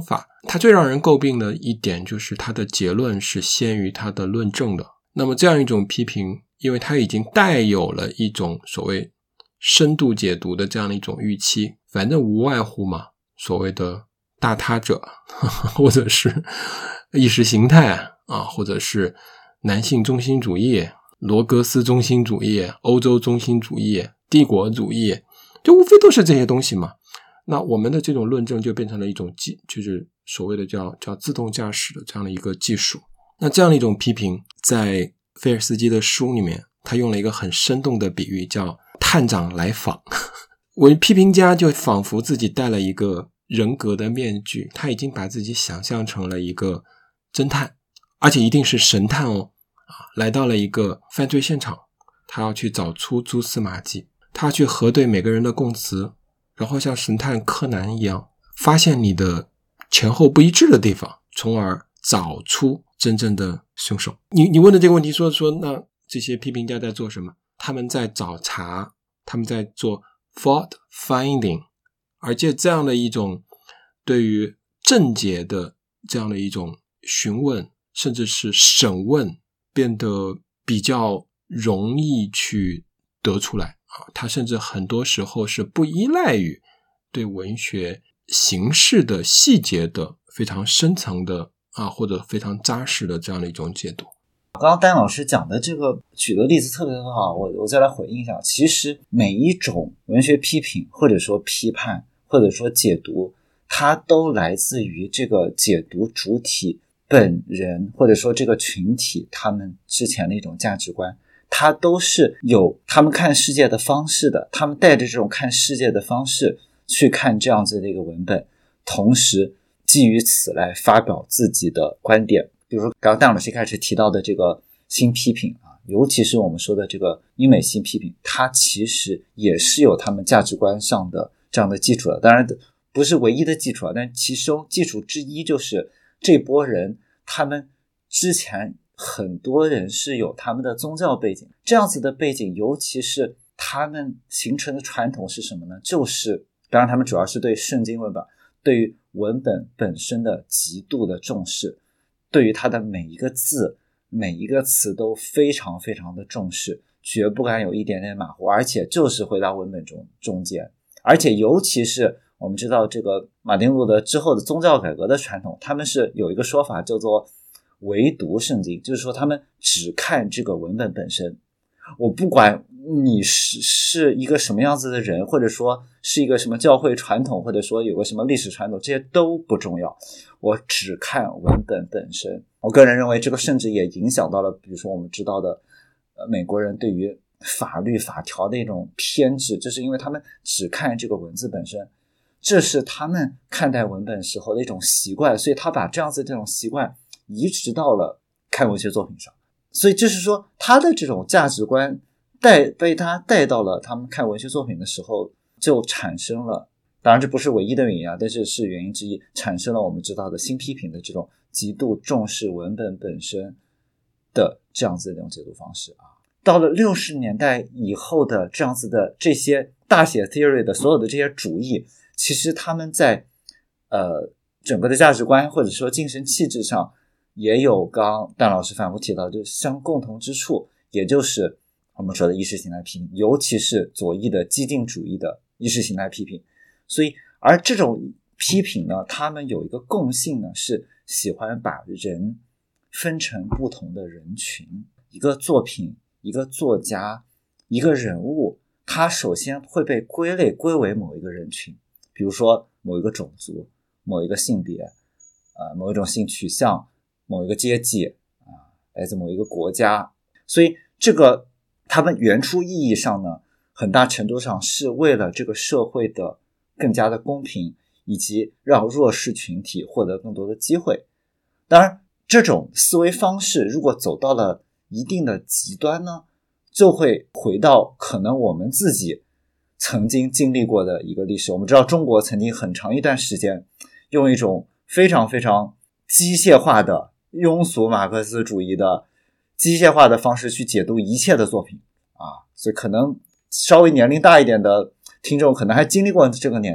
他最让人诟病的一点就是他的结论是先于他的论证的。那么这样一种批评，因为它已经带有了一种所谓深度解读的这样的一种预期，反正无外乎嘛，所谓的大他者或者是意识形态啊，或者是男性中心主义、罗格斯中心主义、欧洲中心主义、帝国主义，就无非都是这些东西嘛。那我们的这种论证就变成了一种就是所谓的叫自动驾驶的这样的一个技术。那这样的一种批评，在菲尔斯基的书里面，他用了一个很生动的比喻，叫探长来访。批评家就仿佛自己戴了一个人格的面具，他已经把自己想象成了一个侦探，而且一定是神探哦，来到了一个犯罪现场，他要去找出蛛丝马迹，他去核对每个人的供词，然后像神探柯南一样发现你的前后不一致的地方，从而找出真正的凶手。你问的这个问题说那这些批评家在做什么？他们在找茬，他们在做 fault finding， 而且这样的一种对于症结的这样的一种询问甚至是审问变得比较容易去得出来他甚至很多时候是不依赖于对文学形式的细节的非常深层的或者非常扎实的这样的一种解读。 刚刚丹老师讲的这个举的例子特别的好，我再来回应一下。其实每一种文学批评或者说批判或者说解读，它都来自于这个解读主体本人或者说这个群体他们之前的一种价值观，它都是有他们看世界的方式的，他们带着这种看世界的方式去看这样子的一个文本，同时基于此来发表自己的观点。比如说刚刚戴老师一开始提到的这个新批评尤其是我们说的这个英美新批评，它其实也是有他们价值观上的这样的基础的，当然不是唯一的基础但其中基础之一就是这波人他们之前很多人是有他们的宗教背景，这样子的背景尤其是他们形成的传统是什么呢？就是当然他们主要是对圣经文本对于文本本身的极度的重视，对于它的每一个字每一个词都非常非常的重视，绝不敢有一点点马虎，而且就是回到文本中间。而且尤其是我们知道这个马丁路德之后的宗教改革的传统，他们是有一个说法叫做唯读圣经，就是说他们只看这个文本本身，我不管你是一个什么样子的人，或者说是一个什么教会传统，或者说有个什么历史传统，这些都不重要，我只看文本本身。我个人认为这个甚至也影响到了比如说我们知道的美国人对于法律法条的一种偏执，就是因为他们只看这个文字本身，这是他们看待文本时候的一种习惯，所以他把这样子这种习惯移植到了看文学作品上，所以就是说他的这种价值观被他带到了他们看文学作品的时候，就产生了，当然这不是唯一的原因但是是原因之一，产生了我们知道的新批评的这种极度重视文本本身的这样子的一种解读方式到了60年代以后的这样子的这些大写 theory 的所有的这些主义，其实他们在整个的价值观或者说精神气质上也有刚刚戴老师反复提到就是相共同之处，也就是我们说的意识形态批评，尤其是左翼的激进主义的意识形态批评。所以而这种批评呢，他们有一个共性呢，是喜欢把人分成不同的人群。一个作品一个作家一个人物，他首先会被归为某一个人群，比如说某一个种族某一个性别某一种性取向某一个阶级来自某一个国家。所以这个他们原初意义上呢，很大程度上是为了这个社会的更加的公平，以及让弱势群体获得更多的机会。当然这种思维方式如果走到了一定的极端呢，就会回到可能我们自己曾经经历过的一个历史。我们知道中国曾经很长一段时间用一种非常非常机械化的庸俗马克思主义的机械化的方式去解读一切的作品所以可能稍微年龄大一点的听众可能还经历过这个年代。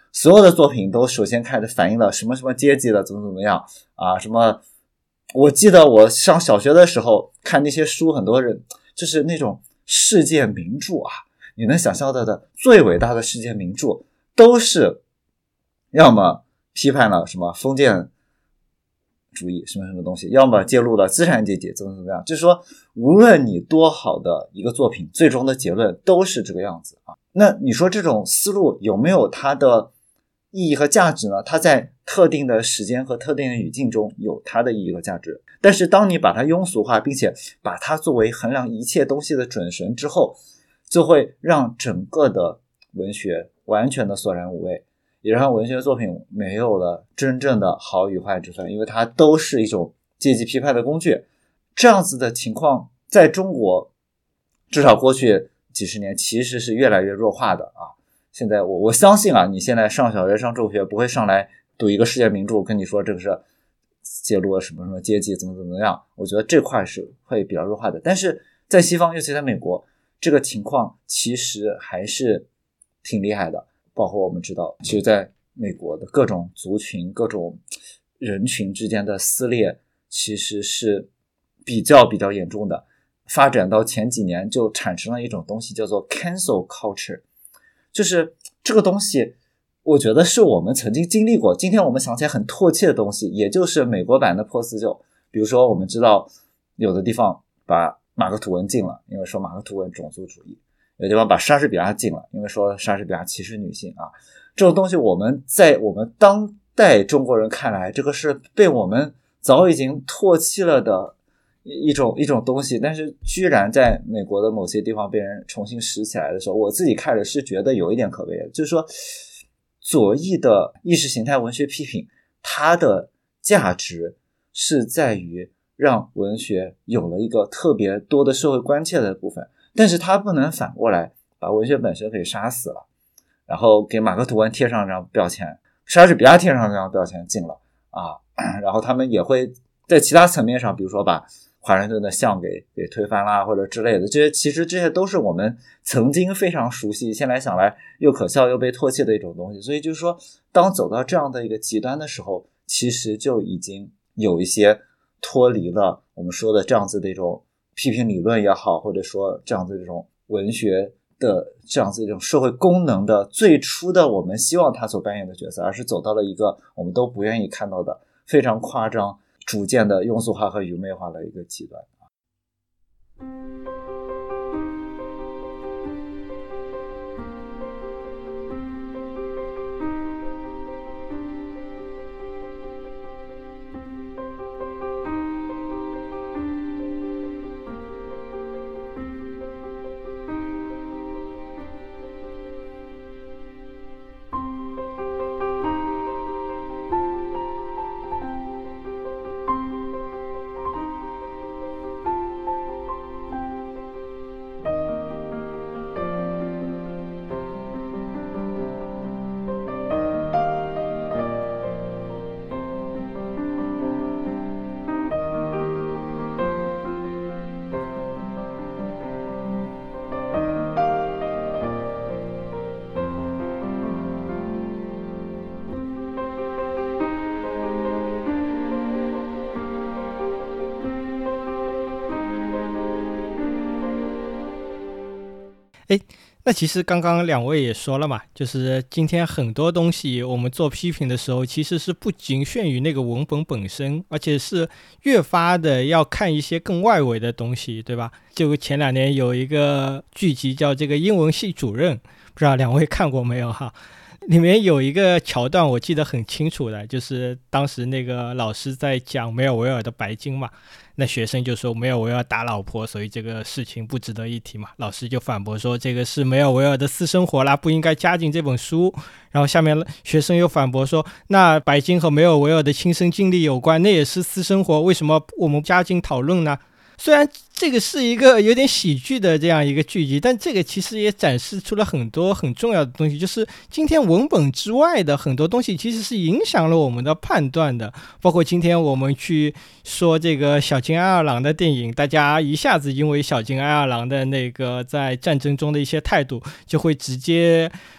所有的作品都首先开始反映了什么什么阶级的怎么样啊，什么。我记得我上小学的时候看那些书，很多人就是那种世界名著啊，你能想象到的最伟大的世界名著都是要么批判了什么封建主义什么什么东西，要么揭露了资产阶级怎么样，就是说无论你多好的一个作品，最终的结论都是这个样子啊。那你说这种思路有没有它的意义和价值呢？它在特定的时间和特定的语境中有它的意义和价值，但是当你把它庸俗化，并且把它作为衡量一切东西的准绳之后，就会让整个的文学完全的索然无味，也让文学作品没有了真正的好与坏之分，因为它都是一种阶级批判的工具。这样子的情况在中国至少过去几十年其实是越来越弱化的啊。现在我相信啊，你现在上小学上中学不会上来读一个世界名著跟你说这个是揭露了什么什么阶级怎么样，我觉得这块是会比较弱化的。但是在西方，尤其在美国，这个情况其实还是挺厉害的。包括我们知道，其实在美国的各种族群各种人群之间的撕裂其实是比较严重的，发展到前几年就产生了一种东西叫做 cancel culture，就是这个东西我觉得是我们曾经经历过，今天我们想起来很唾弃的东西，也就是美国版的破四旧。比如说我们知道有的地方把马克吐温禁了，因为说马克吐温种族主义，有的地方把莎士比亚禁了，因为说莎士比亚歧视女性啊。这种东西我们在我们当代中国人看来，这个是被我们早已经唾弃了的一种东西，但是居然在美国的某些地方被人重新拾起来的时候，我自己看了是觉得有一点可悲的。就是说左翼的意识形态文学批评，它的价值是在于让文学有了一个特别多的社会关切的部分，但是它不能反过来把文学本身给杀死了，然后给马克吐温贴上这张标签，莎士比亚贴上这张标签禁了啊，然后他们也会在其他层面上，比如说把华盛顿的像给推翻啦，或者之类的，其实这些都是我们曾经非常熟悉，现在想来又可笑又被唾弃的一种东西。所以就是说，当走到这样的一个极端的时候，其实就已经有一些脱离了我们说的这样子的一种批评理论也好，或者说这样子的这种文学的这样子一种社会功能的最初的我们希望它所扮演的角色，而是走到了一个我们都不愿意看到的非常夸张逐渐的庸俗化和愚昧化的一个极端。 那其实刚刚两位也说了嘛，就是今天很多东西我们做批评的时候，其实是不仅限于那个文本本身，而且是越发的要看一些更外围的东西，对吧？就前2年有一个剧集叫这个英文系主任，不知道两位看过没有哈？里面有一个桥段我记得很清楚的，就是当时那个老师在讲梅尔维尔的白金嘛，那学生就说梅尔维尔打老婆，所以这个事情不值得一提嘛。老师就反驳说这个是梅尔维尔的私生活啦，不应该加进这本书。然后下面学生又反驳说，那白金和梅尔维尔的亲身经历有关，那也是私生活，为什么我们加进讨论呢？虽然这个是一个有点喜剧的这样一个剧集，但这个其实也展示出了很多很重要的东西，就是今天文本之外的很多东西其实是影响了我们的判断的。包括今天我们去说这个小津安二郎的电影，大家一下子因为小津安二郎的那个在战争中的一些态度，就会直接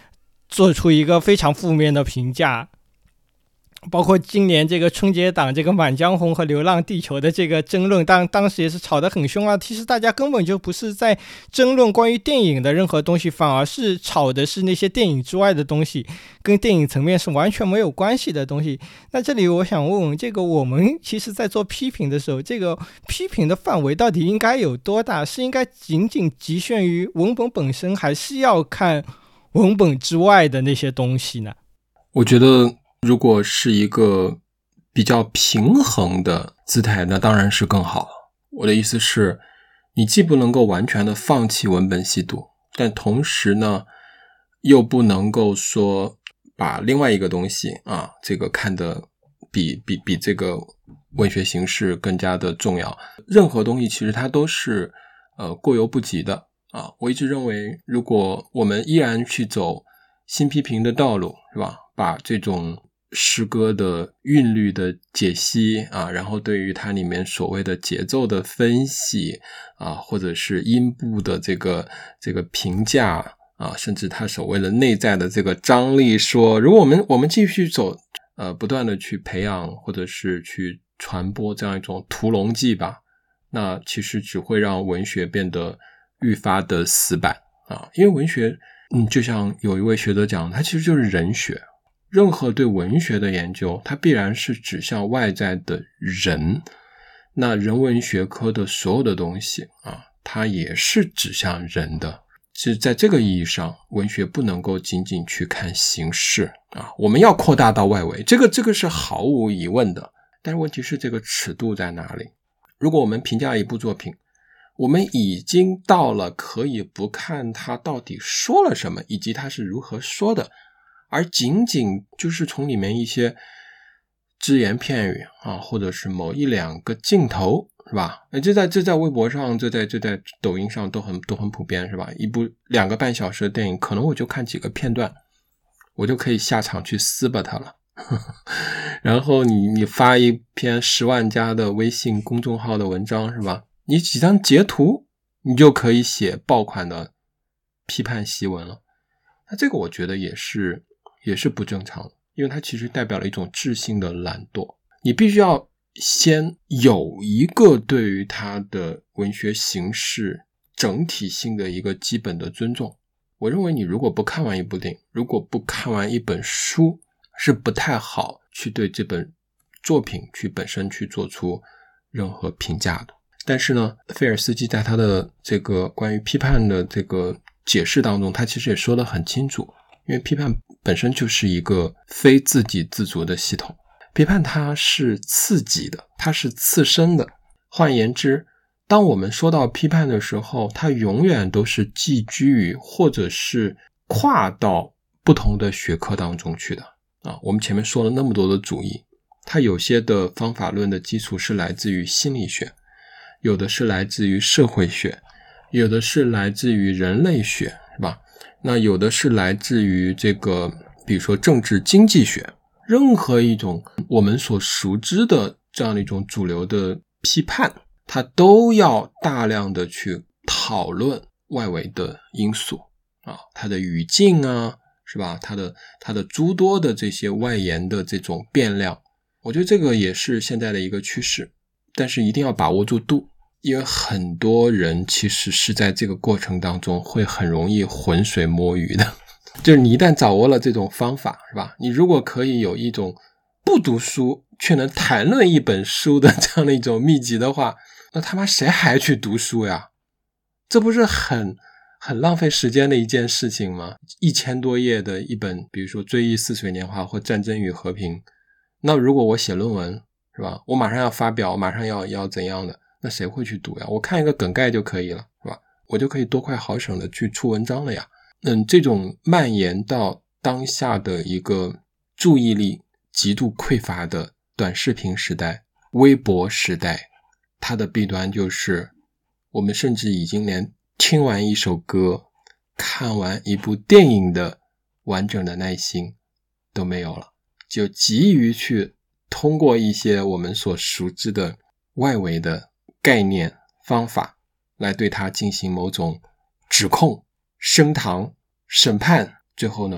做出一个非常负面的评价。包括今年这个春节档这个《满江红》和《流浪地球》的这个争论，当时也是吵得很凶啊。其实大家根本就不是在争论关于电影的任何东西，反而是吵的是那些电影之外的东西，跟电影层面是完全没有关系的东西。那这里我想问问，这个我们其实在做批评的时候，这个批评的范围到底应该有多大？是应该仅仅局限于文本本身，还是要看文本之外的那些东西呢？ 我觉得如果是一个比较平衡的姿态，那当然是更好了。我的意思是，你既不能够完全的放弃文本细读，但同时呢，又不能够说把另外一个东西啊，这个看得比这个文学形式更加的重要。任何东西其实它都是过犹不及的啊。我一直认为，如果我们依然去走新批评的道路，是吧？把这种诗歌的韵律的解析啊，然后对于它里面所谓的节奏的分析啊，或者是音部的这个评价啊，甚至它所谓的内在的这个张力说，如果我们继续走不断的去培养或者是去传播这样一种屠龙记吧，那其实只会让文学变得愈发的死板啊。因为文学就像有一位学者讲，它其实就是人学。任何对文学的研究，它必然是指向外在的人，那人文学科的所有的东西啊，它也是指向人的。是在这个意义上，文学不能够仅仅去看形式啊，我们要扩大到外围，这个是毫无疑问的。但是问题是这个尺度在哪里？如果我们评价一部作品，我们已经到了可以不看它到底说了什么，以及它是如何说的，而仅仅就是从里面一些只言片语啊，或者是某一两个镜头，是吧？这在微博上，这在抖音上都很普遍，是吧？一部2个半小时的电影，可能我就看几个片段，我就可以下场去撕巴它了。然后你发一篇10万加的微信公众号的文章，是吧？你几张截图，你就可以写爆款的批判檄文了。那这个我觉得也是不正常的，因为它其实代表了一种质性的懒惰。你必须要先有一个对于它的文学形式整体性的一个基本的尊重。我认为你如果不看完一部电影，如果不看完一本书，是不太好去对这本作品本身去做出任何评价的。但是呢，费尔斯基在他的这个关于批判的这个解释当中，他其实也说得很清楚，因为批判本身就是一个非自给自足的系统，批判它是刺激的，它是刺身的。换言之，当我们说到批判的时候，它永远都是寄居于或者是跨到不同的学科当中去的啊。我们前面说了那么多的主义，它有些的方法论的基础是来自于心理学，有的是来自于社会学，有的是来自于人类学，是吧？那有的是来自于这个比如说政治经济学。任何一种我们所熟知的这样的一种主流的批判，它都要大量的去讨论外围的因素啊，它的语境啊，是吧？它的诸多的这些外延的这种变量，我觉得这个也是现在的一个趋势，但是一定要把握住度，因为很多人其实是在这个过程当中会很容易浑水摸鱼的。就是你一旦掌握了这种方法，是吧？你如果可以有一种不读书却能谈论一本书的这样的一种秘籍的话，那他妈谁还去读书呀？这不是很浪费时间的一件事情吗？1000多页的一本，比如说《追忆似水年华》或《战争与和平》，那如果我写论文，是吧？我马上要发表，马上要怎样的，那谁会去读呀？我看一个梗概就可以了，是吧？我就可以多快好省的去出文章了呀。这种蔓延到当下的一个注意力极度匮乏的短视频时代、微博时代，它的弊端就是我们甚至已经连听完一首歌、看完一部电影的完整的耐心都没有了，就急于去通过一些我们所熟知的外围的概念、方法来对它进行某种指控、升堂、审判，最后呢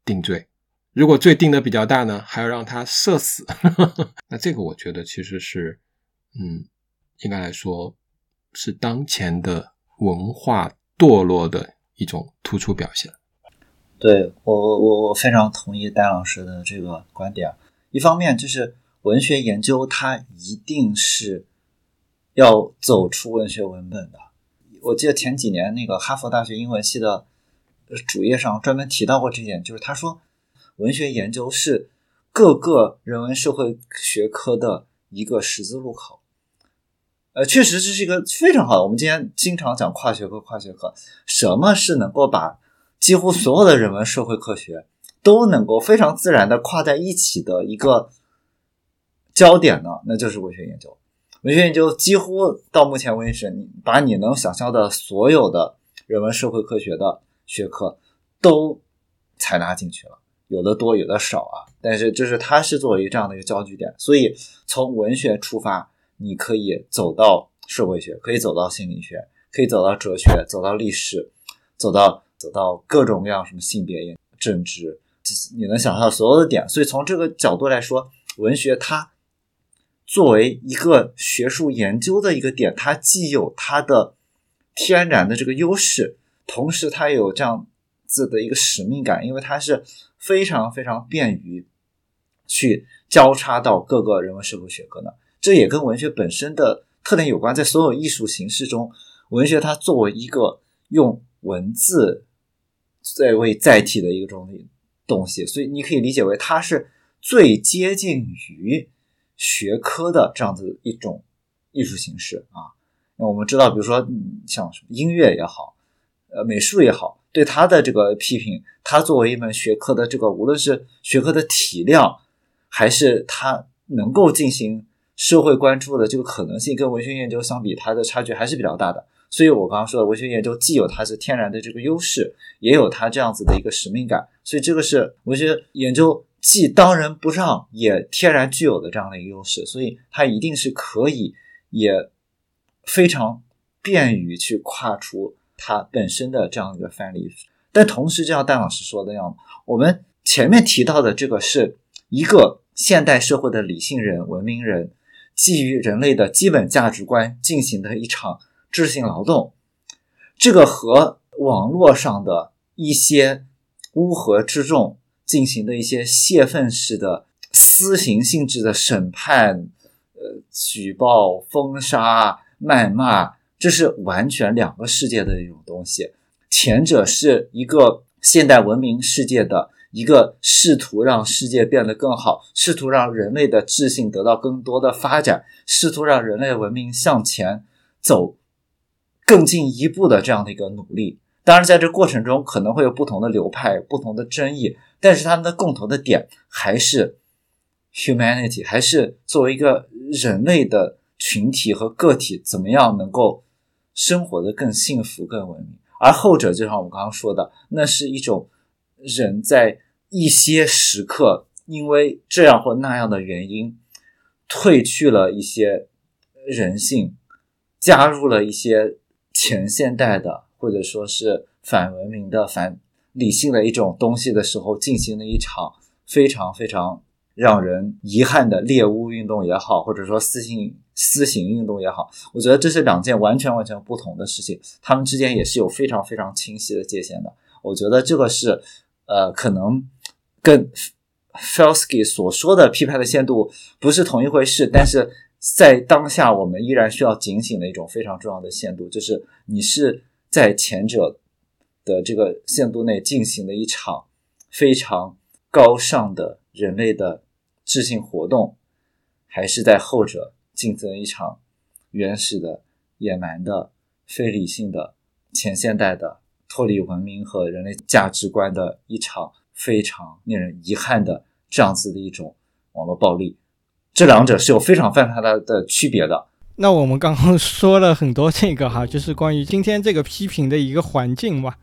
定罪，如果罪定的比较大呢，还要让他社死。那这个我觉得其实是应该来说是当前的文化堕落的一种突出表现。 对，我非常同意戴老师的这个观点。一方面就是文学研究它一定是要走出文学文本的。我记得前几年那个哈佛大学英文系的主页上专门提到过这点，就是他说文学研究是各个人文社会学科的一个十字路口。确实这是一个非常好的，我们今天经常讲跨学科，什么是能够把几乎所有的人文社会科学都能够非常自然的跨在一起的一个焦点呢？那就是文学研究。文学研究几乎到目前为止，你把你能想象的所有的人文社会科学的学科都采纳进去了，有的多有的少啊，但是就是它是作为这样的一个焦距点。所以从文学出发，你可以走到社会学，可以走到心理学，可以走到哲学，走到历史，走到各种各样什么性别、政治，你能想象所有的点。所以从这个角度来说，文学它作为一个学术研究的一个点，它既有它的天然的这个优势，同时它也有这样子的一个使命感，因为它是非常非常便于去交叉到各个人文社会学科的。这也跟文学本身的特点有关。在所有艺术形式中，文学它作为一个用文字为载体的一个东西，所以你可以理解为它是最接近于学科的这样子一种艺术形式啊。我们知道比如说像音乐也好，美术也好，对它的这个批评，它作为一门学科的这个无论是学科的体量，还是它能够进行社会关注的这个可能性，跟文学研究相比，它的差距还是比较大的。所以我刚刚说的文学研究既有它是天然的这个优势，也有它这样子的一个使命感，所以这个是文学研究既当仁不让也天然具有的这样的一个优势，所以它一定是可以也非常便于去跨出它本身的这样一个范例。但同时就像戴老师说的那样，我们前面提到的这个是一个现代社会的理性人、文明人基于人类的基本价值观进行的一场智性劳动，这个和网络上的一些乌合之众进行的一些泄愤式的私刑性质的审判、举报、封杀、谩骂，这是完全两个世界的一种东西。前者是一个现代文明世界的一个试图让世界变得更好，试图让人类的智性得到更多的发展，试图让人类文明向前走更进一步的这样的一个努力。当然在这过程中可能会有不同的流派、不同的争议，但是他们的共同的点还是 humanity， 还是作为一个人类的群体和个体怎么样能够生活得更幸福、更文明。而后者就像我们刚刚说的，那是一种人在一些时刻因为这样或那样的原因褪去了一些人性，加入了一些前现代的或者说是反文明的反理性的一种东西的时候，进行了一场非常非常让人遗憾的猎巫运动也好，或者说私刑运动也好，我觉得这是两件完全不同的事情，他们之间也是有非常非常清晰的界限的。我觉得这个是可能跟 Felsky 所说的批判的限度不是同一回事，但是在当下我们依然需要警醒的一种非常重要的限度，就是你是在前者的这个限度内进行了一场非常高尚的人类的智性活动，还是在后者进行了一场原始的、野蛮的、非理性的、前现代的、脱离文明和人类价值观的一场非常令人遗憾的这样子的一种网络暴力。这两者是有非常非常大的区别的。 那我们刚刚说了很多这个就是关于今天这个批评的一个环境嘛。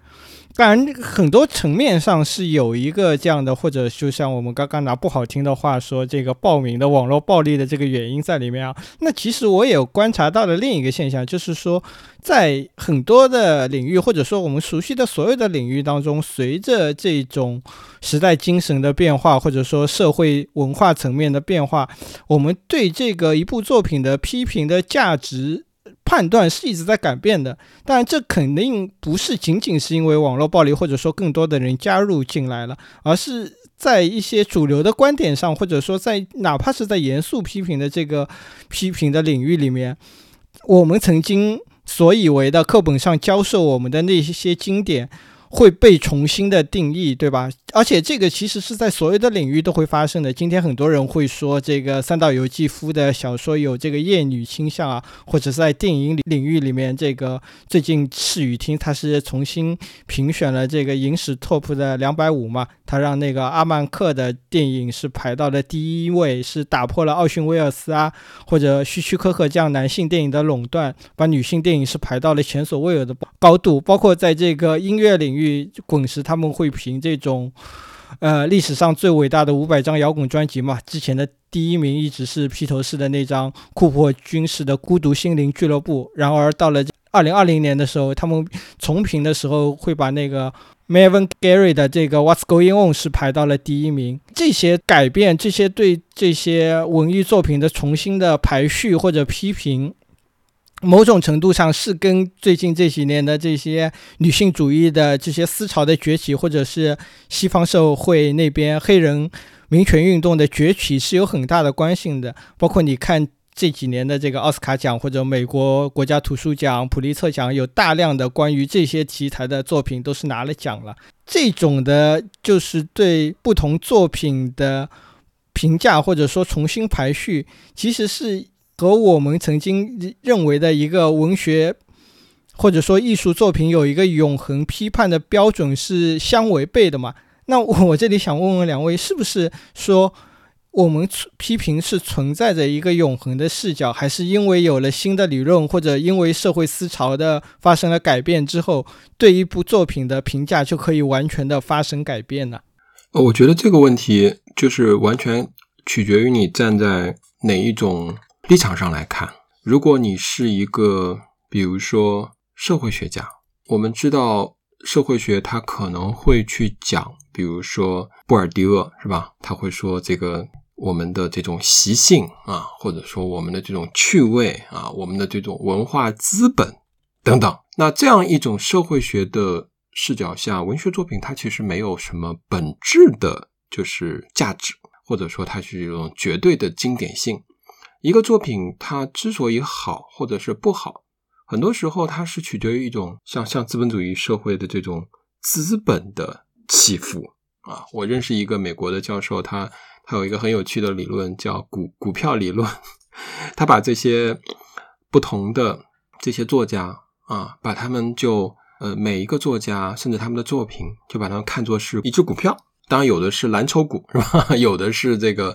当然很多层面上是有一个这样的，或者就像我们刚刚拿不好听的话说这个暴民的网络暴力的这个原因在里面啊。那其实我也有观察到的另一个现象，就是说在很多的领域，或者说我们熟悉的所有的领域当中，随着这种时代精神的变化，或者说社会文化层面的变化，我们对这个一部作品的批评的价值判断是一直在改变的。当然这肯定不是仅仅是因为网络暴力或者说更多的人加入进来了，而是在一些主流的观点上，或者说在哪怕是在严肃批评的这个批评的领域里面，我们曾经所以为的课本上教授我们的那些经典会被重新的定义，对吧？而且这个其实是在所有的领域都会发生的。今天很多人会说这个三岛由纪夫的小说有这个厌女倾向啊，或者是在电影领域里面，这个最近视语听他是重新评选了这个影史 top 的250嘛，他让那个阿曼克的电影是排到了第1位，是打破了奥逊威尔斯啊或者希区柯克这样男性电影的垄断，把女性电影是排到了前所未有的高度。包括在这个音乐领域，滚石他们会评这种历史上最伟大的500张摇滚专辑嘛，之前的第1名一直是披头士的那张库珀军士的孤独心灵俱乐部。然而到了2020年的时候，他们重评的时候会把那个 Marvin Gaye 的这个 What's Going On 是排到了第1名。这些改变，这些对这些文艺作品的重新的排序或者批评，某种程度上是跟最近这几年的这些女性主义的这些思潮的崛起，或者是西方社会那边黑人民权运动的崛起是有很大的关系的。包括你看这几年的这个奥斯卡奖或者美国国家图书奖、普利策奖，有大量的关于这些题材的作品都是拿了奖了。这种的就是对不同作品的评价或者说重新排序，其实是和我们曾经认为的一个文学或者说艺术作品有一个永恒批判的标准是相违背的嘛。那我这里想问问两位，是不是说我们批评是存在着一个永恒的视角，还是因为有了新的理论，或者因为社会思潮的发生了改变之后，对一部作品的评价就可以完全的发生改变呢？ 我觉得这个问题就是完全取决于你站在哪一种立场上来看。如果你是一个比如说社会学家，我们知道社会学它可能会去讲，比如说布尔迪厄是吧，他会说这个我们的这种习性啊，或者说我们的这种趣味啊，我们的这种文化资本等等。那这样一种社会学的视角下，文学作品它其实没有什么本质的就是价值，或者说它是一种绝对的经典性。一个作品它之所以好或者是不好，很多时候它是取决于一种像资本主义社会的这种资本的起伏啊。我认识一个美国的教授，他有一个很有趣的理论叫股票理论他把这些不同的这些作家啊，把他们就每一个作家甚至他们的作品就把他们看作是一只股票。当然有的是蓝筹股是吧，有的是这个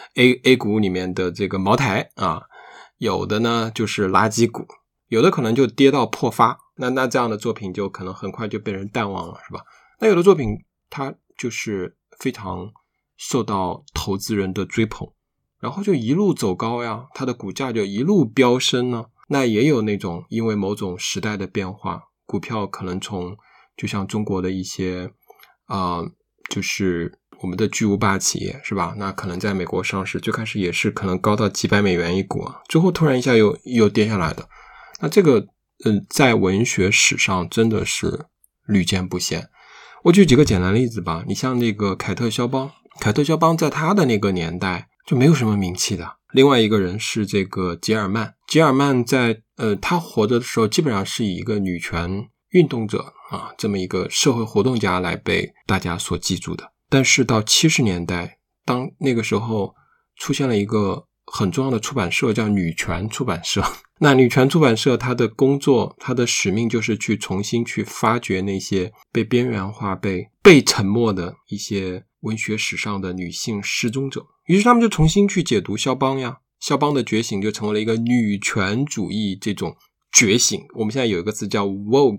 A 股里面的这个茅台啊，有的呢就是垃圾股，有的可能就跌到破发，那这样的作品就可能很快就被人淡忘了是吧。那有的作品它就是非常受到投资人的追捧，然后就一路走高呀，它的股价就一路飙升呢。那也有那种因为某种时代的变化，股票可能从就像中国的一些就是我们的巨无霸企业是吧，那可能在美国上市最开始也是可能高到几百美元一股啊，之后突然一下又跌下来的。那这个在文学史上真的是屡见不鲜。我举几个简单例子吧，你像那个凯特肖邦在他的那个年代就没有什么名气的。另外一个人是这个吉尔曼在他活着的时候基本上是以一个女权运动者啊这么一个社会活动家来被大家所记住的。但是到70年代，当那个时候出现了一个很重要的出版社叫女权出版社，那女权出版社它的工作，它的使命就是去重新去发掘那些被边缘化被沉默的一些文学史上的女性失踪者。于是他们就重新去解读肖邦呀，肖邦的觉醒就成为了一个女权主义这种觉醒。我们现在有一个词叫 woke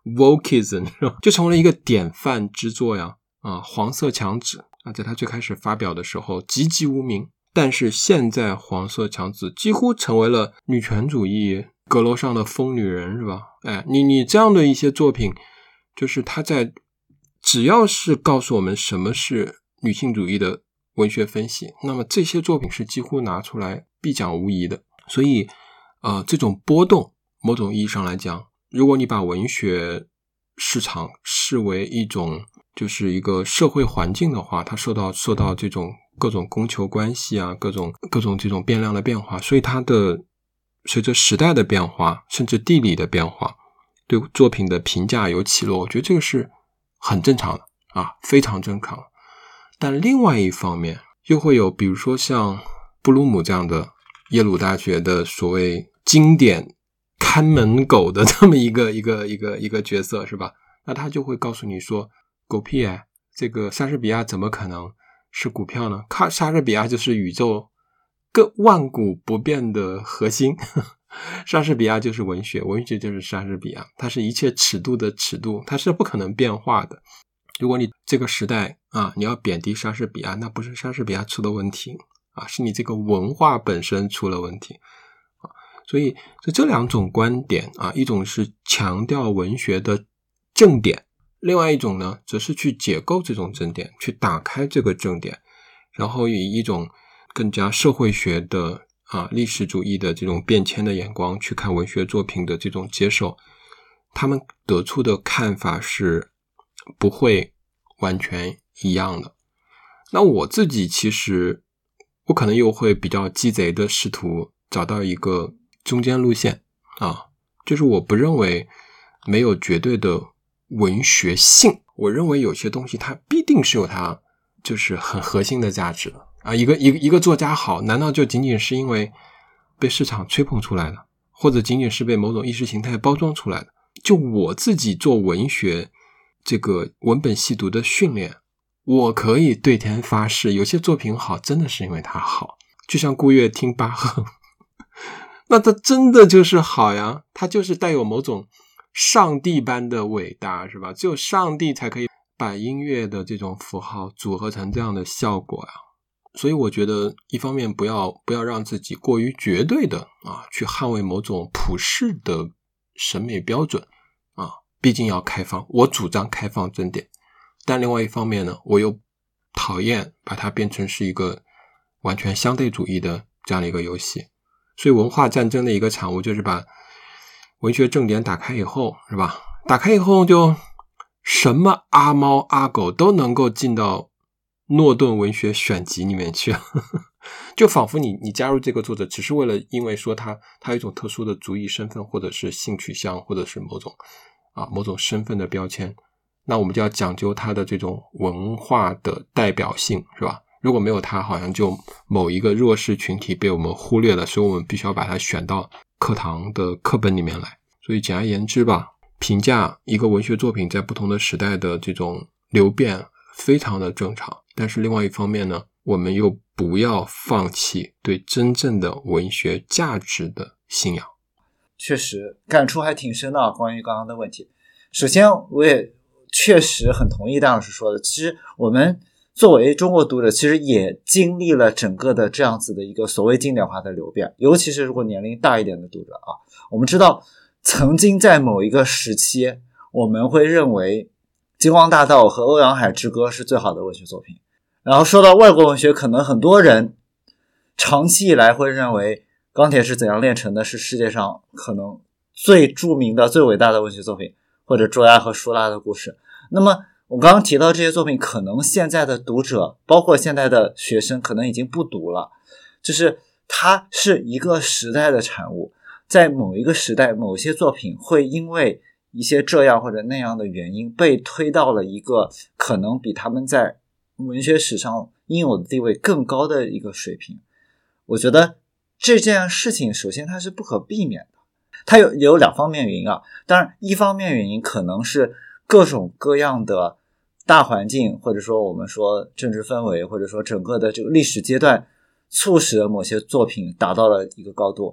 wokeism 是吧？就成为了一个典范之作呀。黄色墙纸在他最开始发表的时候籍籍无名，但是现在黄色墙纸几乎成为了女权主义阁楼上的疯女人是吧？你这样的一些作品，就是他在只要是告诉我们什么是女性主义的文学分析，那么这些作品是几乎拿出来必讲无疑的。所以这种波动某种意义上来讲，如果你把文学市场视为一种就是一个社会环境的话，它受到这种各种供求关系各种这种变量的变化，所以它的随着时代的变化甚至地理的变化，对作品的评价有起落，我觉得这个是很正常的非常正常的。但另外一方面又会有比如说像布鲁姆这样的耶鲁大学的所谓经典看门狗的这么一个角色是吧？那他就会告诉你说狗屁这个莎士比亚怎么可能是股票呢？莎士比亚就是宇宙更万古不变的核心莎士比亚就是文学，文学就是莎士比亚，它是一切尺度的尺度，它是不可能变化的。如果你这个时代你要贬低莎士比亚，那不是莎士比亚出的问题是你这个文化本身出了问题所以这两种观点一种是强调文学的正点，另外一种呢则是去解构这种正点，去打开这个正点，然后以一种更加社会学的历史主义的这种变迁的眼光去看文学作品的这种接受，他们得出的看法是不会完全一样的。那我自己其实我可能又会比较鸡贼的试图找到一个中间路线就是我不认为没有绝对的文学性，我认为有些东西它必定是有它就是很核心的价值的一个作家好，难道就仅仅是因为被市场吹捧出来的，或者仅仅是被某种意识形态包装出来的？就我自己做文学这个文本细读的训练，我可以对天发誓，有些作品好真的是因为它好，就像顾月听巴赫那它真的就是好呀，它就是带有某种上帝般的伟大是吧？只有上帝才可以把音乐的这种符号组合成这样的效果所以我觉得一方面不要让自己过于绝对的去捍卫某种普世的审美标准毕竟要开放，我主张开放正点，但另外一方面呢，我又讨厌把它变成是一个完全相对主义的这样的一个游戏。所以文化战争的一个产物就是把文学正点打开以后是吧？打开以后就什么阿猫阿狗都能够进到诺顿文学选集里面去就仿佛你加入这个作者只是为了因为说他有一种特殊的族裔身份，或者是性取向，或者是某种身份的标签，那我们就要讲究他的这种文化的代表性是吧？如果没有他，好像就某一个弱势群体被我们忽略了，所以我们必须要把它选到课堂的课本里面来。所以简而言之吧，评价一个文学作品在不同的时代的这种流变非常的正常，但是另外一方面呢，我们又不要放弃对真正的文学价值的信仰。 确实感触还挺深的关于刚刚的问题。首先我也确实很同意大老师说的，其实我们作为中国读者其实也经历了整个的这样子的一个所谓经典化的流变，尤其是如果年龄大一点的读者我们知道曾经在某一个时期我们会认为金光大道和欧阳海之歌是最好的文学作品，然后说到外国文学，可能很多人长期以来会认为钢铁是怎样炼成的是世界上可能最著名的最伟大的文学作品，或者卓娅和舒拉的故事。那么我刚刚提到这些作品，可能现在的读者包括现在的学生可能已经不读了，就是它是一个时代的产物，在某一个时代某些作品会因为一些这样或者那样的原因被推到了一个可能比他们在文学史上应有的地位更高的一个水平。我觉得这件事情首先它是不可避免的，它有两方面原因当然一方面原因可能是各种各样的大环境，或者说我们说政治氛围，或者说整个的这个历史阶段促使了某些作品达到了一个高度，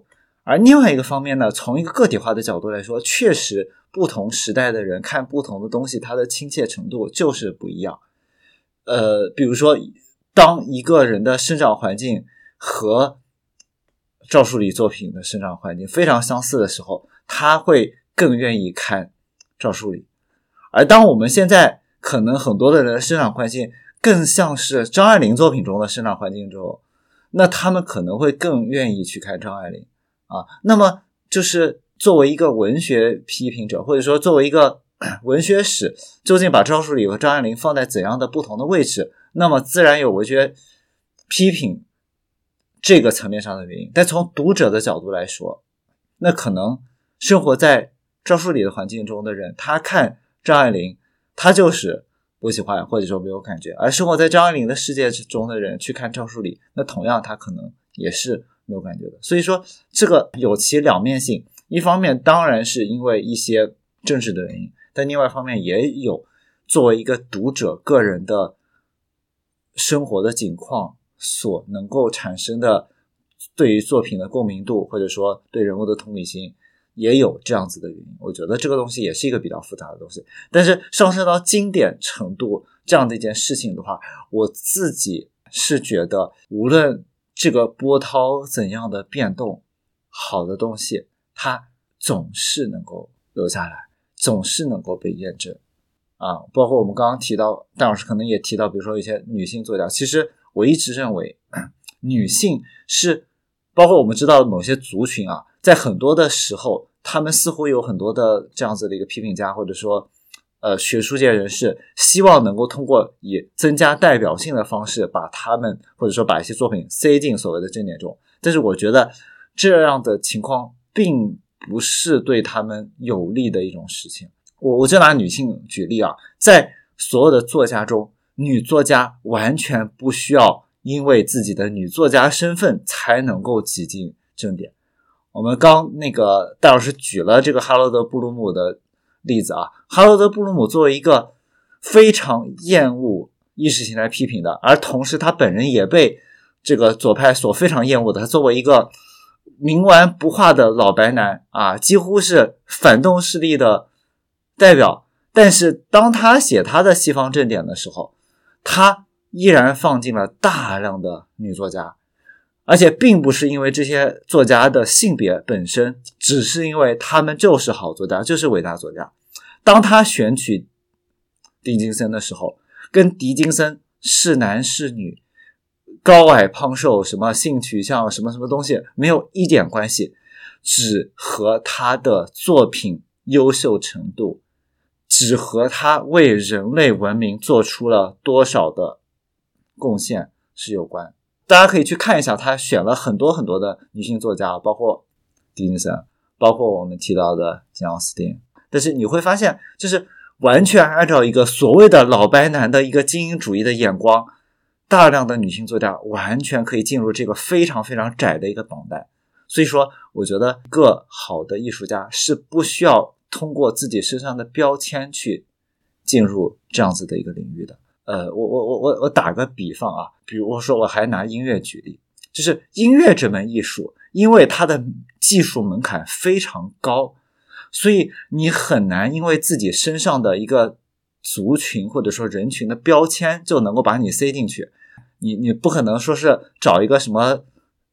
而另外一个方面呢，从一个个体化的角度来说，确实不同时代的人看不同的东西，它的亲切程度就是不一样。比如说当一个人的生长环境和赵树理作品的生长环境非常相似的时候，他会更愿意看赵树理。而当我们现在可能很多的人的生长环境更像是张爱玲作品中的生长环境之后，那他们可能会更愿意去看张爱玲啊。那么就是作为一个文学批评者，或者说作为一个文学史，究竟把赵树理和张爱玲放在怎样的不同的位置，那么自然有文学批评这个层面上的原因。但从读者的角度来说，那可能生活在赵树理的环境中的人，他看张爱玲他就是不喜欢或者说没有感觉，而生活在张爱玲的世界中的人去看赵树理，那同样他可能也是没有感觉的。所以说这个有其两面性，一方面当然是因为一些政治的原因，但另外一方面也有作为一个读者个人的生活的境况所能够产生的对于作品的共鸣度，或者说对人物的同理心，也有这样子的原因。我觉得这个东西也是一个比较复杂的东西，但是上升到经典程度这样的一件事情的话，我自己是觉得无论这个波涛怎样的变动，好的东西它总是能够留下来，总是能够被验证啊。包括我们刚刚提到，戴老师可能也提到，比如说一些女性作家，其实我一直认为女性是包括我们知道某些族群啊，在很多的时候他们似乎有很多的这样子的一个批评家，或者说学术界人士希望能够通过以增加代表性的方式把他们或者说把一些作品塞进所谓的正典中，但是我觉得这样的情况并不是对他们有利的一种事情。我就拿女性举例啊，在所有的作家中，女作家完全不需要因为自己的女作家身份才能够挤进正典。我们刚那个戴老师举了这个哈罗德·布鲁姆的例子啊，哈罗德·布鲁姆作为一个非常厌恶意识形态批评的，而同时他本人也被这个左派所非常厌恶的，他作为一个冥顽不化的老白男啊，几乎是反动势力的代表，但是当他写他的西方正典的时候，他依然放进了大量的女作家，而且并不是因为这些作家的性别本身，只是因为他们就是好作家，就是伟大作家。当他选取狄金森的时候，跟狄金森是男是女，高矮胖瘦，什么性取向，什么什么东西没有一点关系，只和他的作品优秀程度，只和他为人类文明做出了多少的贡献是有关。大家可以去看一下，他选了很多很多的女性作家，包括狄金森，包括我们提到的简·奥斯汀，但是你会发现就是完全按照一个所谓的老白男的一个精英主义的眼光，大量的女性作家完全可以进入这个非常非常窄的一个榜单。所以说我觉得一个好的艺术家是不需要通过自己身上的标签去进入这样子的一个领域的。我打个比方啊，比如说我还拿音乐举例，就是音乐这门艺术，因为它的技术门槛非常高，所以你很难因为自己身上的一个族群或者说人群的标签就能够把你塞进去。你不可能说是找一个什么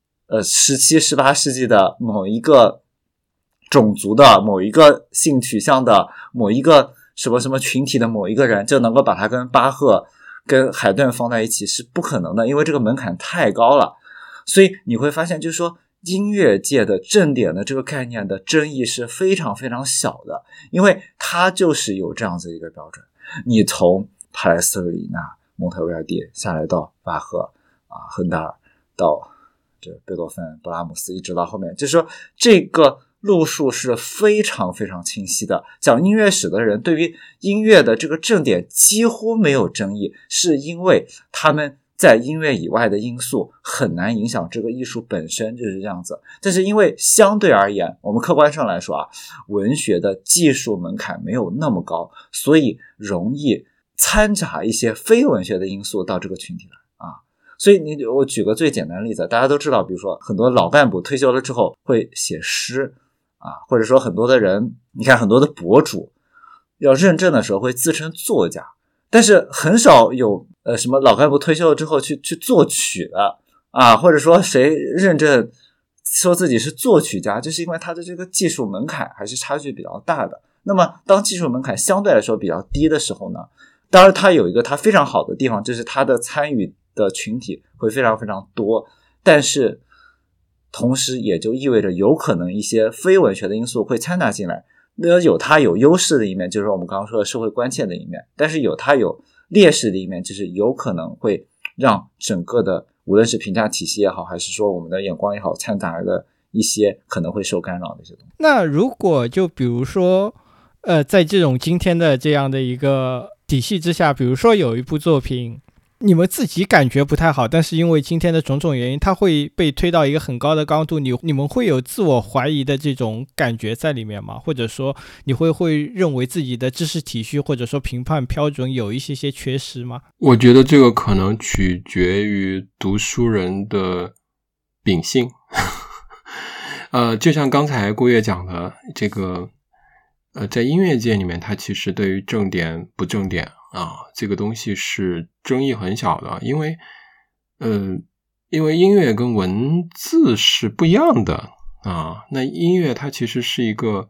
17、18世纪的某一个种族的某一个性取向的某一个什么什么群体的某一个人就能够把它跟巴赫跟海顿放在一起，是不可能的，因为这个门槛太高了。所以你会发现就是说音乐界的正典的这个概念的争议是非常非常小的，因为它就是有这样子一个标准。你从帕莱斯特里纳、蒙特维尔第下来到巴赫啊、亨达尔到这贝多芬、布拉姆斯，一直到后面，就是说这个路数是非常非常清晰的。讲音乐史的人对于音乐的这个正典几乎没有争议，是因为他们在音乐以外的因素很难影响这个艺术本身，就是这样子。但是因为相对而言，我们客观上来说啊，文学的技术门槛没有那么高，所以容易掺杂一些非文学的因素到这个群体来啊。 所以我举个最简单的例子，大家都知道，比如说很多老干部退休了之后会写诗啊，或者说很多的人，你看很多的博主要认证的时候会自称作家，但是很少有什么老干部退休了之后去作曲的啊，或者说谁认证说自己是作曲家，就是因为他的这个技术门槛还是差距比较大的。那么当技术门槛相对来说比较低的时候呢，当然他有一个他非常好的地方，就是他的参与的群体会非常非常多，但是同时也就意味着有可能一些非文学的因素会掺杂进来，那有它有优势的一面，就是我们刚刚说的社会关切的一面，但是有它有劣势的一面，就是有可能会让整个的无论是评价体系也好，还是说我们的眼光也好，掺杂的一些可能会受干扰的一些东西。 那如果就比如说在这种今天的这样的一个体系之下，比如说有一部作品你们自己感觉不太好，但是因为今天的种种原因它会被推到一个很高的高度，你们会有自我怀疑的这种感觉在里面吗？或者说你会认为自己的知识体系或者说评判标准有一些缺失吗？ 我觉得这个可能取决于读书人的秉性就像刚才郭跃讲的这个在音乐界里面，它其实对于正点不正点这个东西是争议很小的，因为音乐跟文字是不一样的那音乐它其实是一个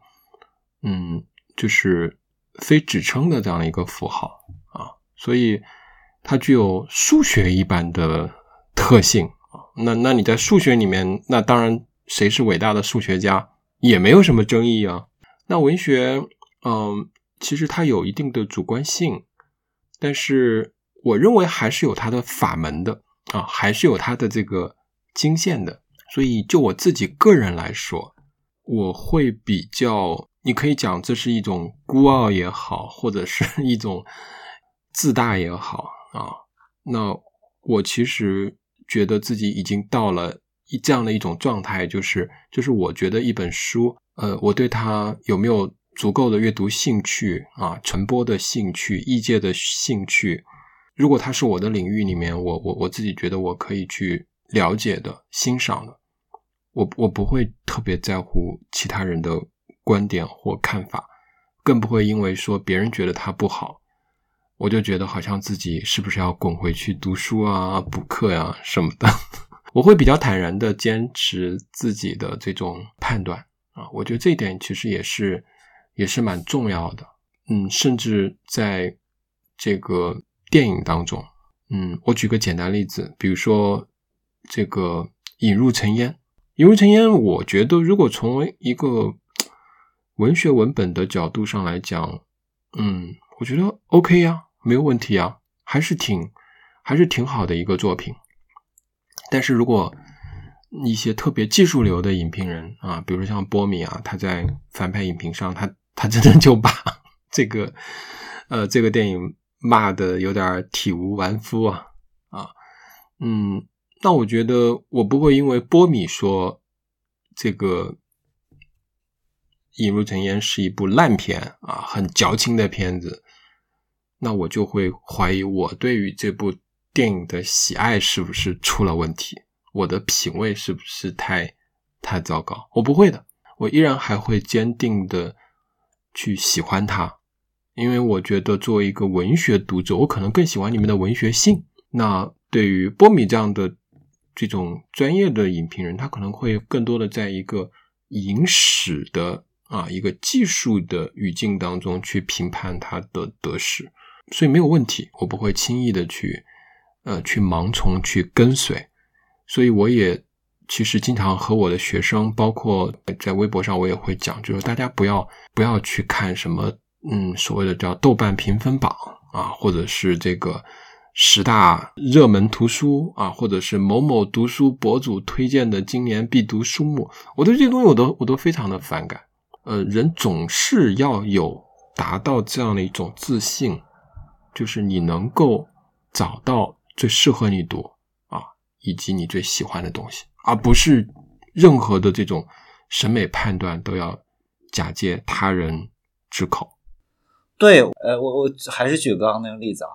就是非指称的这样一个符号所以它具有数学一般的特性那你在数学里面，那当然谁是伟大的数学家也没有什么争议那文学其实它有一定的主观性，但是我认为还是有它的法门的还是有它的这个经线的。所以就我自己个人来说，我会比较，你可以讲这是一种孤傲也好，或者是一种自大也好那我其实觉得自己已经到了这样的一种状态，就是我觉得一本书我对它有没有足够的阅读兴趣传播的兴趣，译介的兴趣，如果它是我的领域里面我自己觉得我可以去了解的欣赏的，我不会特别在乎其他人的观点或看法，更不会因为说别人觉得它不好我就觉得好像自己是不是要滚回去读书补课什么的我会比较坦然的坚持自己的这种判断我觉得这一点其实也是蛮重要的甚至在这个电影当中我举个简单例子，比如说这个引入尘烟，我觉得如果从一个文学文本的角度上来讲我觉得 OK 没有问题还是挺好的一个作品。但是如果一些特别技术流的影评人比如说像波米他在反派影评上他真的就把这个电影骂的有点体无完肤那我觉得我不会因为波米说这个引入尘烟是一部烂片很矫情的片子，那我就会怀疑我对于这部电影的喜爱是不是出了问题，我的品味是不是太糟糕。我不会的，我依然还会坚定的去喜欢它，因为我觉得作为一个文学读者，我可能更喜欢你们的文学性。那对于波米这样的这种专业的影评人，他可能会更多的在一个影史的一个技术的语境当中去评判他的得失，所以没有问题，我不会轻易的去盲从去跟随。所以我也其实经常和我的学生，包括在微博上我也会讲，就是大家不要去看什么所谓的叫豆瓣评分榜或者是这个10大热门图书或者是某某读书博主推荐的今年必读书目，我对这些东西我都非常的反感。人总是要有达到这样的一种自信，就是你能够找到最适合你读以及你最喜欢的东西，而不是任何的这种审美判断都要假借他人之口。 对，我还是举刚刚那个例子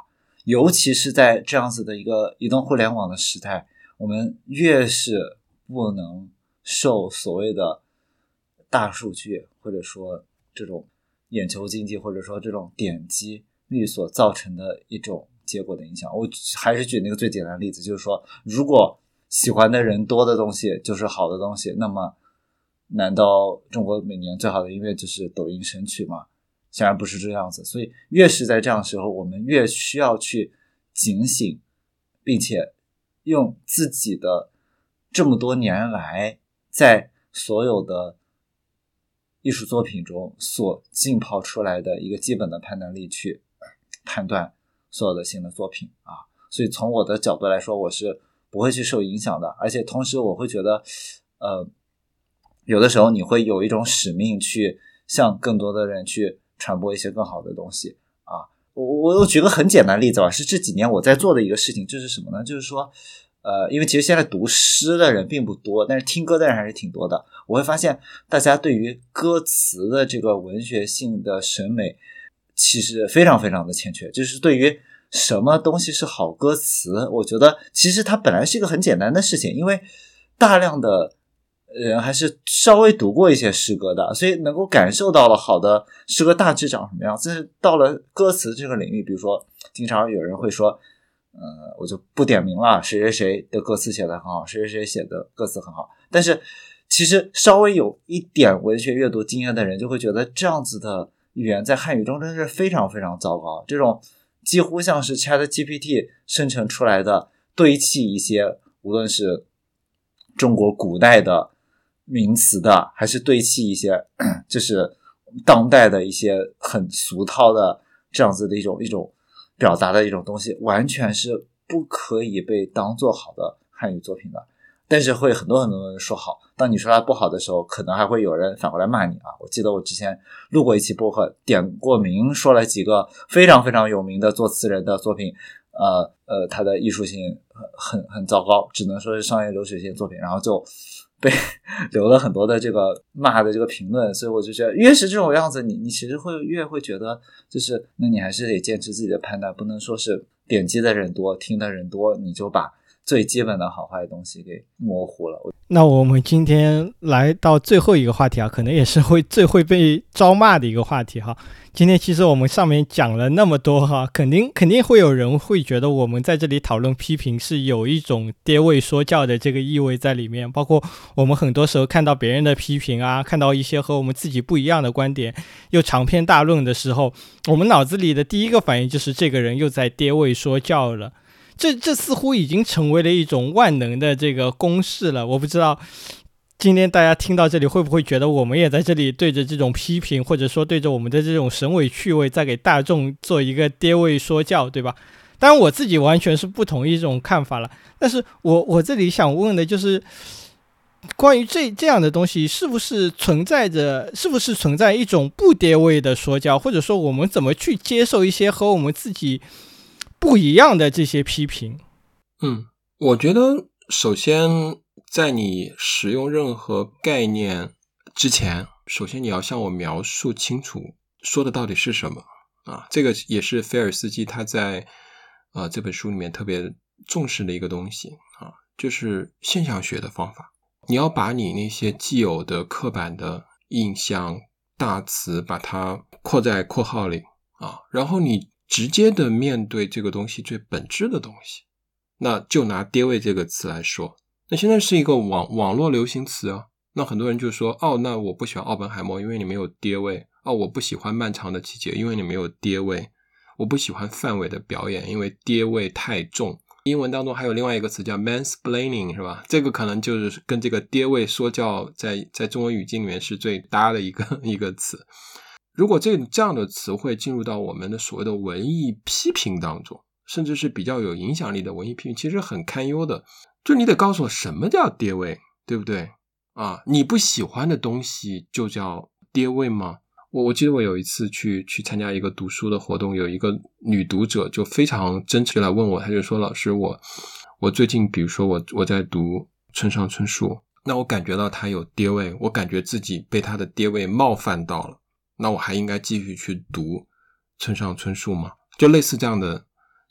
尤其是在这样子的一个移动互联网的时代，我们越是不能受所谓的大数据或者说这种眼球经济或者说这种点击率所造成的一种结果的影响。我还是举那个最简单的例子，就是说如果喜欢的人多的东西就是好的东西，那么难道中国每年最好的音乐就是抖音神曲吗？显然不是这样子。所以越是在这样的时候，我们越需要去警醒，并且用自己的这么多年来在所有的艺术作品中所浸泡出来的一个基本的判断力去判断所有的新的作品啊。所以从我的角度来说，我是不会去受影响的，而且同时我会觉得有的时候你会有一种使命去向更多的人去传播一些更好的东西啊。我举个很简单的例子吧，是这几年我在做的一个事情，就是什么呢？就是说因为其实现在读诗的人并不多，但是听歌的人还是挺多的。我会发现大家对于歌词的这个文学性的审美其实非常非常的欠缺，就是对于什么东西是好歌词，我觉得其实它本来是一个很简单的事情，因为大量的人还是稍微读过一些诗歌的，所以能够感受到了好的诗歌大致长什么样。但是到了歌词这个领域，比如说经常有人会说我就不点名了，谁谁谁的歌词写得很好，谁谁谁写的歌词很好，但是其实稍微有一点文学阅读经验的人就会觉得这样子的语言在汉语中真的是非常非常糟糕，这种几乎像是 ChatGPT 生成出来的堆砌一些无论是中国古代的名词的，还是堆砌一些就是当代的一些很俗套的这样子的一种表达的一种东西，完全是不可以被当做好的汉语作品的。但是会很多很多人说好，当你说它不好的时候，可能还会有人反过来骂你啊。我记得我之前录过一期播客，点过名说了几个非常非常有名的作词人的作品，他的艺术性很糟糕，只能说是商业流水线作品，然后就被留了很多的这个骂的这个评论。所以我就觉得越是这种样子，你其实越会觉得就是那你还是得坚持自己的判断，不能说是点击的人多听的人多你就把最基本的好坏的东西给模糊了。 那我们今天来到最后一个话题啊，可能也是最会被招骂的一个话题哈。今天其实我们上面讲了那么多哈，肯定会有人会觉得我们在这里讨论批评是有一种爹味说教的这个意味在里面，包括我们很多时候看到别人的批评啊，看到一些和我们自己不一样的观点又长篇大论的时候，我们脑子里的第一个反应就是这个人又在爹味说教了。这似乎已经成为了一种万能的这个公式了。我不知道今天大家听到这里会不会觉得我们也在这里对着这种批评，或者说对着我们的这种审美趣味在给大众做一个爹味说教，对吧？当然我自己完全是不同意这种看法了，但是我这里想问的就是关于这样的东西是不是存在一种不爹味的说教，或者说我们怎么去接受一些和我们自己不一样的这些批评？ 我觉得首先在你使用任何概念之前，首先你要向我描述清楚说的到底是什么啊。这个也是菲尔斯基他在这本书里面特别重视的一个东西啊，就是现象学的方法。你要把你那些既有的刻板的印象大词把它括在括号里啊，然后你直接的面对这个东西最本质的东西。那就拿爹味这个词来说，那现在是一个网络流行词啊。那很多人就说那我不喜欢奥本海默因为你没有爹味，我不喜欢漫长的季节因为你没有爹味，我不喜欢范伟的表演因为爹味太重。英文当中还有另外一个词叫 mansplaining 是吧？这个可能就是跟这个爹味说教在中文语境里面是最搭的一个词。如果这样的词汇进入到我们的所谓的文艺批评当中，甚至是比较有影响力的文艺批评，其实很堪忧的。就你得告诉我什么叫爹味，对不对啊？你不喜欢的东西就叫爹味吗？我记得我有一次去参加一个读书的活动，有一个女读者就非常真诚来问我，她就说老师我最近比如说我在读村上春树，那我感觉到他有爹味，我感觉自己被他的爹味冒犯到了，那我还应该继续去读村上春树吗？就类似这样的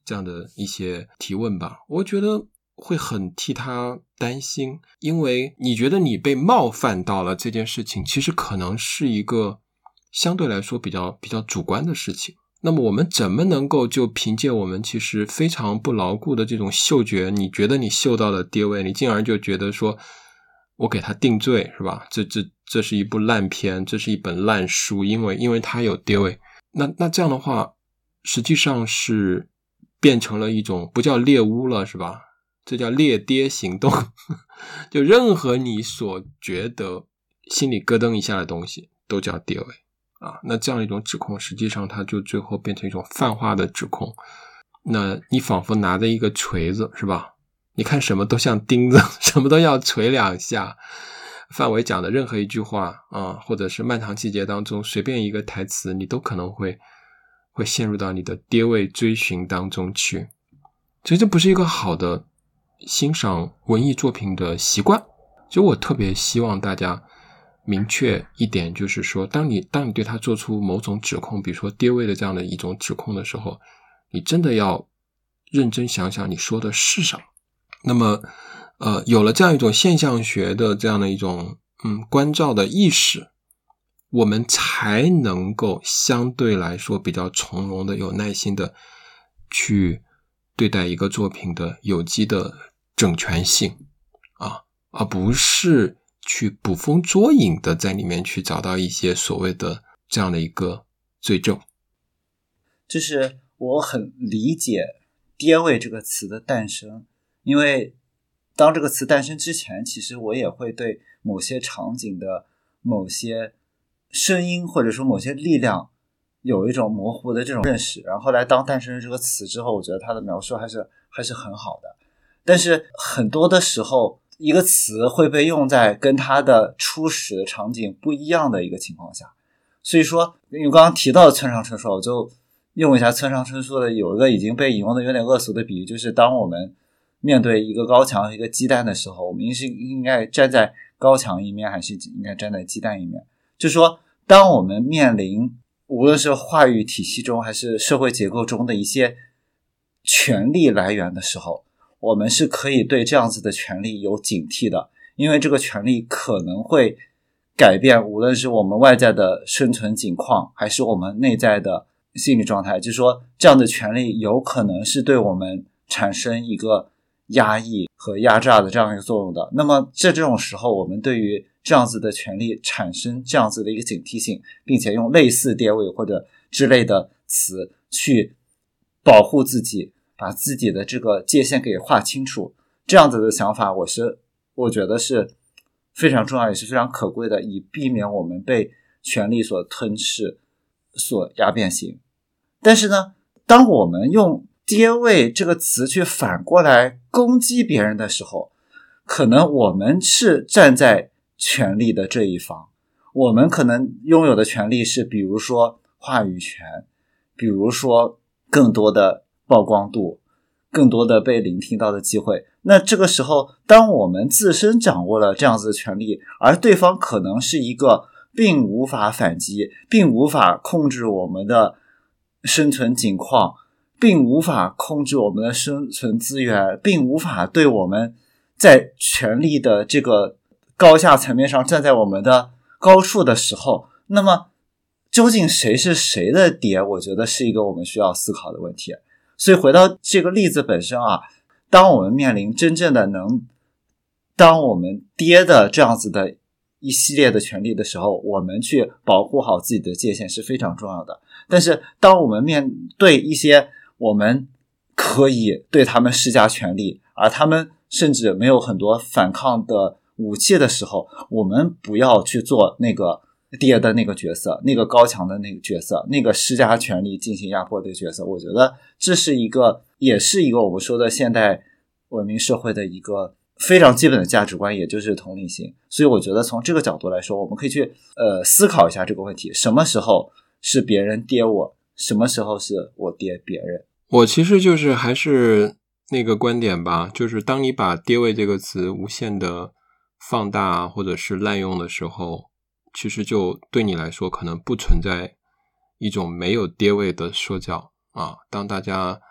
这样的一些提问吧，我觉得会很替他担心，因为你觉得你被冒犯到了这件事情，其实可能是一个相对来说比较主观的事情。那么我们怎么能够就凭借我们其实非常不牢固的这种嗅觉，你觉得你嗅到了爹味，你进而就觉得说我给他定罪，是吧？这是一部烂片，这是一本烂书，因为它有爹味。那这样的话，实际上是变成了一种不叫猎巫了，是吧？这叫猎爹行动。就任何你所觉得心里咯噔一下的东西都叫爹味啊。那这样一种指控，实际上它就最后变成一种泛化的指控。那你仿佛拿着一个锤子，是吧？你看什么都像钉子，什么都要锤两下。范伟讲的任何一句话啊，或者是漫长季节当中随便一个台词，你都可能会陷入到你的爹味追寻当中去。所以这不是一个好的欣赏文艺作品的习惯。所以我特别希望大家明确一点，就是说当你对他做出某种指控，比如说爹味的这样的一种指控的时候，你真的要认真想想你说的是什么。那么有了这样一种现象学的这样的一种关照的意识，我们才能够相对来说比较从容的有耐心的去对待一个作品的有机的整全性啊，而不是去捕风捉影的在里面去找到一些所谓的这样的一个罪证。 就是我很理解爹味这个词的诞生，因为当这个词诞生之前，其实我也会对某些场景的某些声音或者说某些力量有一种模糊的这种认识，然后后来当诞生这个词之后，我觉得它的描述还是很好的。但是很多的时候一个词会被用在跟它的初始的场景不一样的一个情况下，所以说因为刚刚提到的村上春树，我就用一下村上春树的有一个已经被引用的有点恶俗的比喻，就是当我们面对一个高墙和一个鸡蛋的时候，我们应该站在高墙一面还是应该站在鸡蛋一面。就是说当我们面临无论是话语体系中还是社会结构中的一些权力来源的时候，我们是可以对这样子的权力有警惕的，因为这个权力可能会改变无论是我们外在的生存境况还是我们内在的心理状态，就是说这样的权力有可能是对我们产生一个压抑和压榨的这样一个作用的。那么在这种时候，我们对于这样子的权利产生这样子的一个警惕性，并且用类似爹味或者之类的词去保护自己，把自己的这个界限给划清楚，这样子的想法我觉得是非常重要也是非常可贵的，以避免我们被权力所吞噬所压变形。但是呢，当我们用爹味这个词去反过来攻击别人的时候，可能我们是站在权力的这一方，我们可能拥有的权利是比如说话语权，比如说更多的曝光度，更多的被聆听到的机会。那这个时候当我们自身掌握了这样子的权利，而对方可能是一个并无法反击，并无法控制我们的生存境况，并无法控制我们的生存资源，并无法对我们在权力的这个高下层面上站在我们的高处的时候，那么究竟谁是谁的爹，我觉得是一个我们需要思考的问题。所以回到这个例子本身啊，当我们面临真正的当我们爹的这样子的一系列的权利的时候，我们去保护好自己的界限是非常重要的。但是当我们面对一些我们可以对他们施加权力，而他们甚至没有很多反抗的武器的时候，我们不要去做那个爹的那个角色，那个高强的那个角色，那个施加权力进行压迫的角色。我觉得这是也是一个我们说的现代文明社会的一个非常基本的价值观，也就是同理心。所以我觉得从这个角度来说，我们可以去思考一下这个问题，什么时候是别人爹我，什么时候是我爹别人。 我其实就是还是那个观点吧，就是当你把爹味这个词无限的放大或者是滥用的时候，其实就对你来说可能不存在一种没有爹味的说教啊。当大家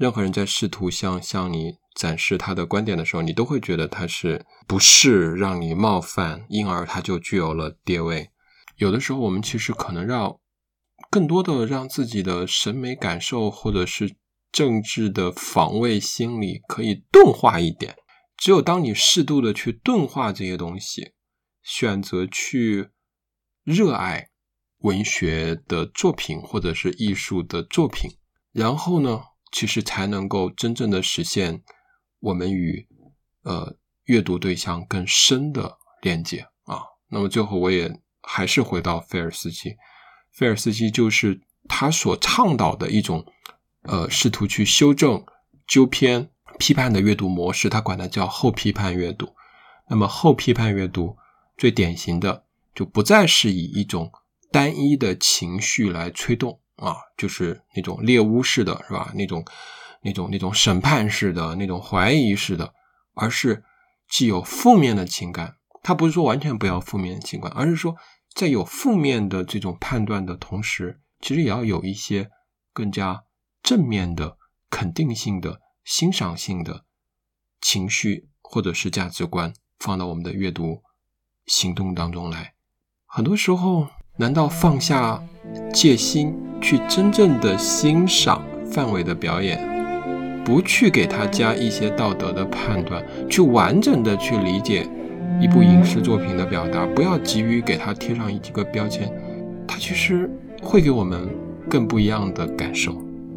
任何人在试图向你展示他的观点的时候，你都会觉得他是不是让你冒犯，因而他就具有了地位。有的时候我们其实可能更多的让自己的审美感受或者是政治的防卫心理可以钝化一点。只有当你适度的去钝化这些东西，选择去热爱文学的作品或者是艺术的作品，然后呢其实才能够真正的实现我们与阅读对象更深的连接啊。那么最后我也还是回到费尔斯基就是他所倡导的一种试图去修正纠偏批判的阅读模式，他管它叫后批判阅读。那么后批判阅读最典型的就不再是以一种单一的情绪来推动啊，就是那种猎巫式的，是吧？那种审判式的，那种怀疑式的，而是既有负面的情感，他不是说完全不要负面的情感，而是说在有负面的这种判断的同时，其实也要有一些更加正面的、肯定性的、欣赏性的情绪或者是价值观放到我们的阅读行动当中来。很多时候，难道放下戒心，去真正的欣赏范伟的表演，不去给他加一些道德的判断，去完整的去理解一部影视作品的表达，不要急于给他贴上几个标签，它其实会给我们更不一样的感受。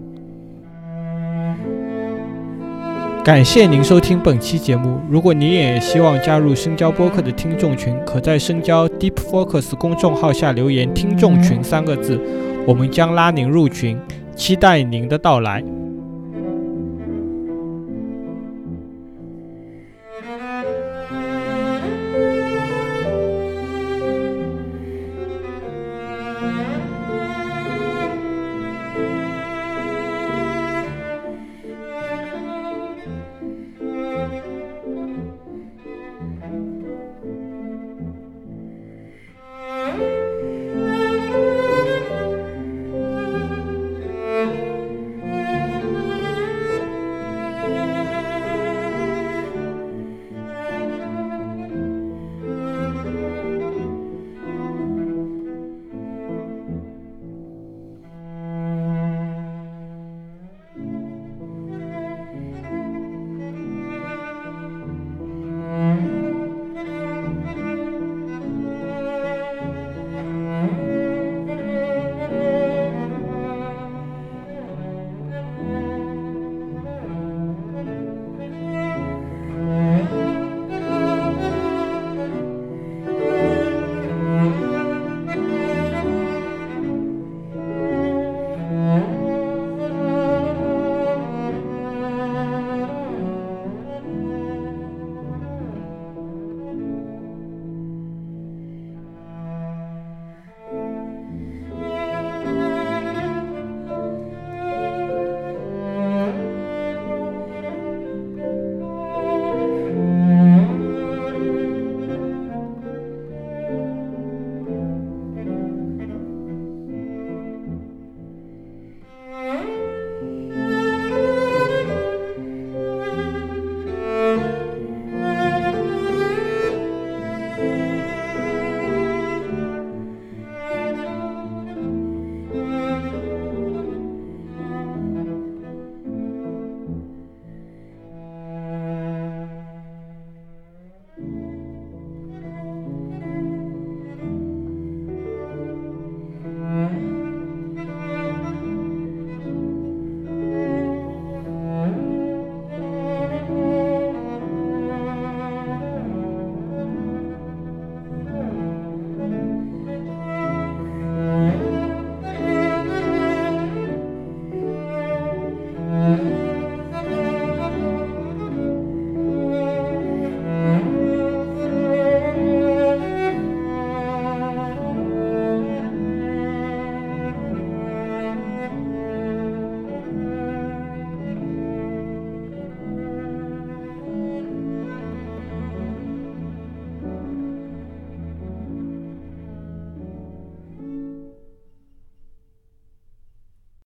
感谢您收听本期节目。如果您也希望加入深交播客的听众群，可在深交 Deep Focus 公众号下留言听众群3个字，我们将拉您入群，期待您的到来。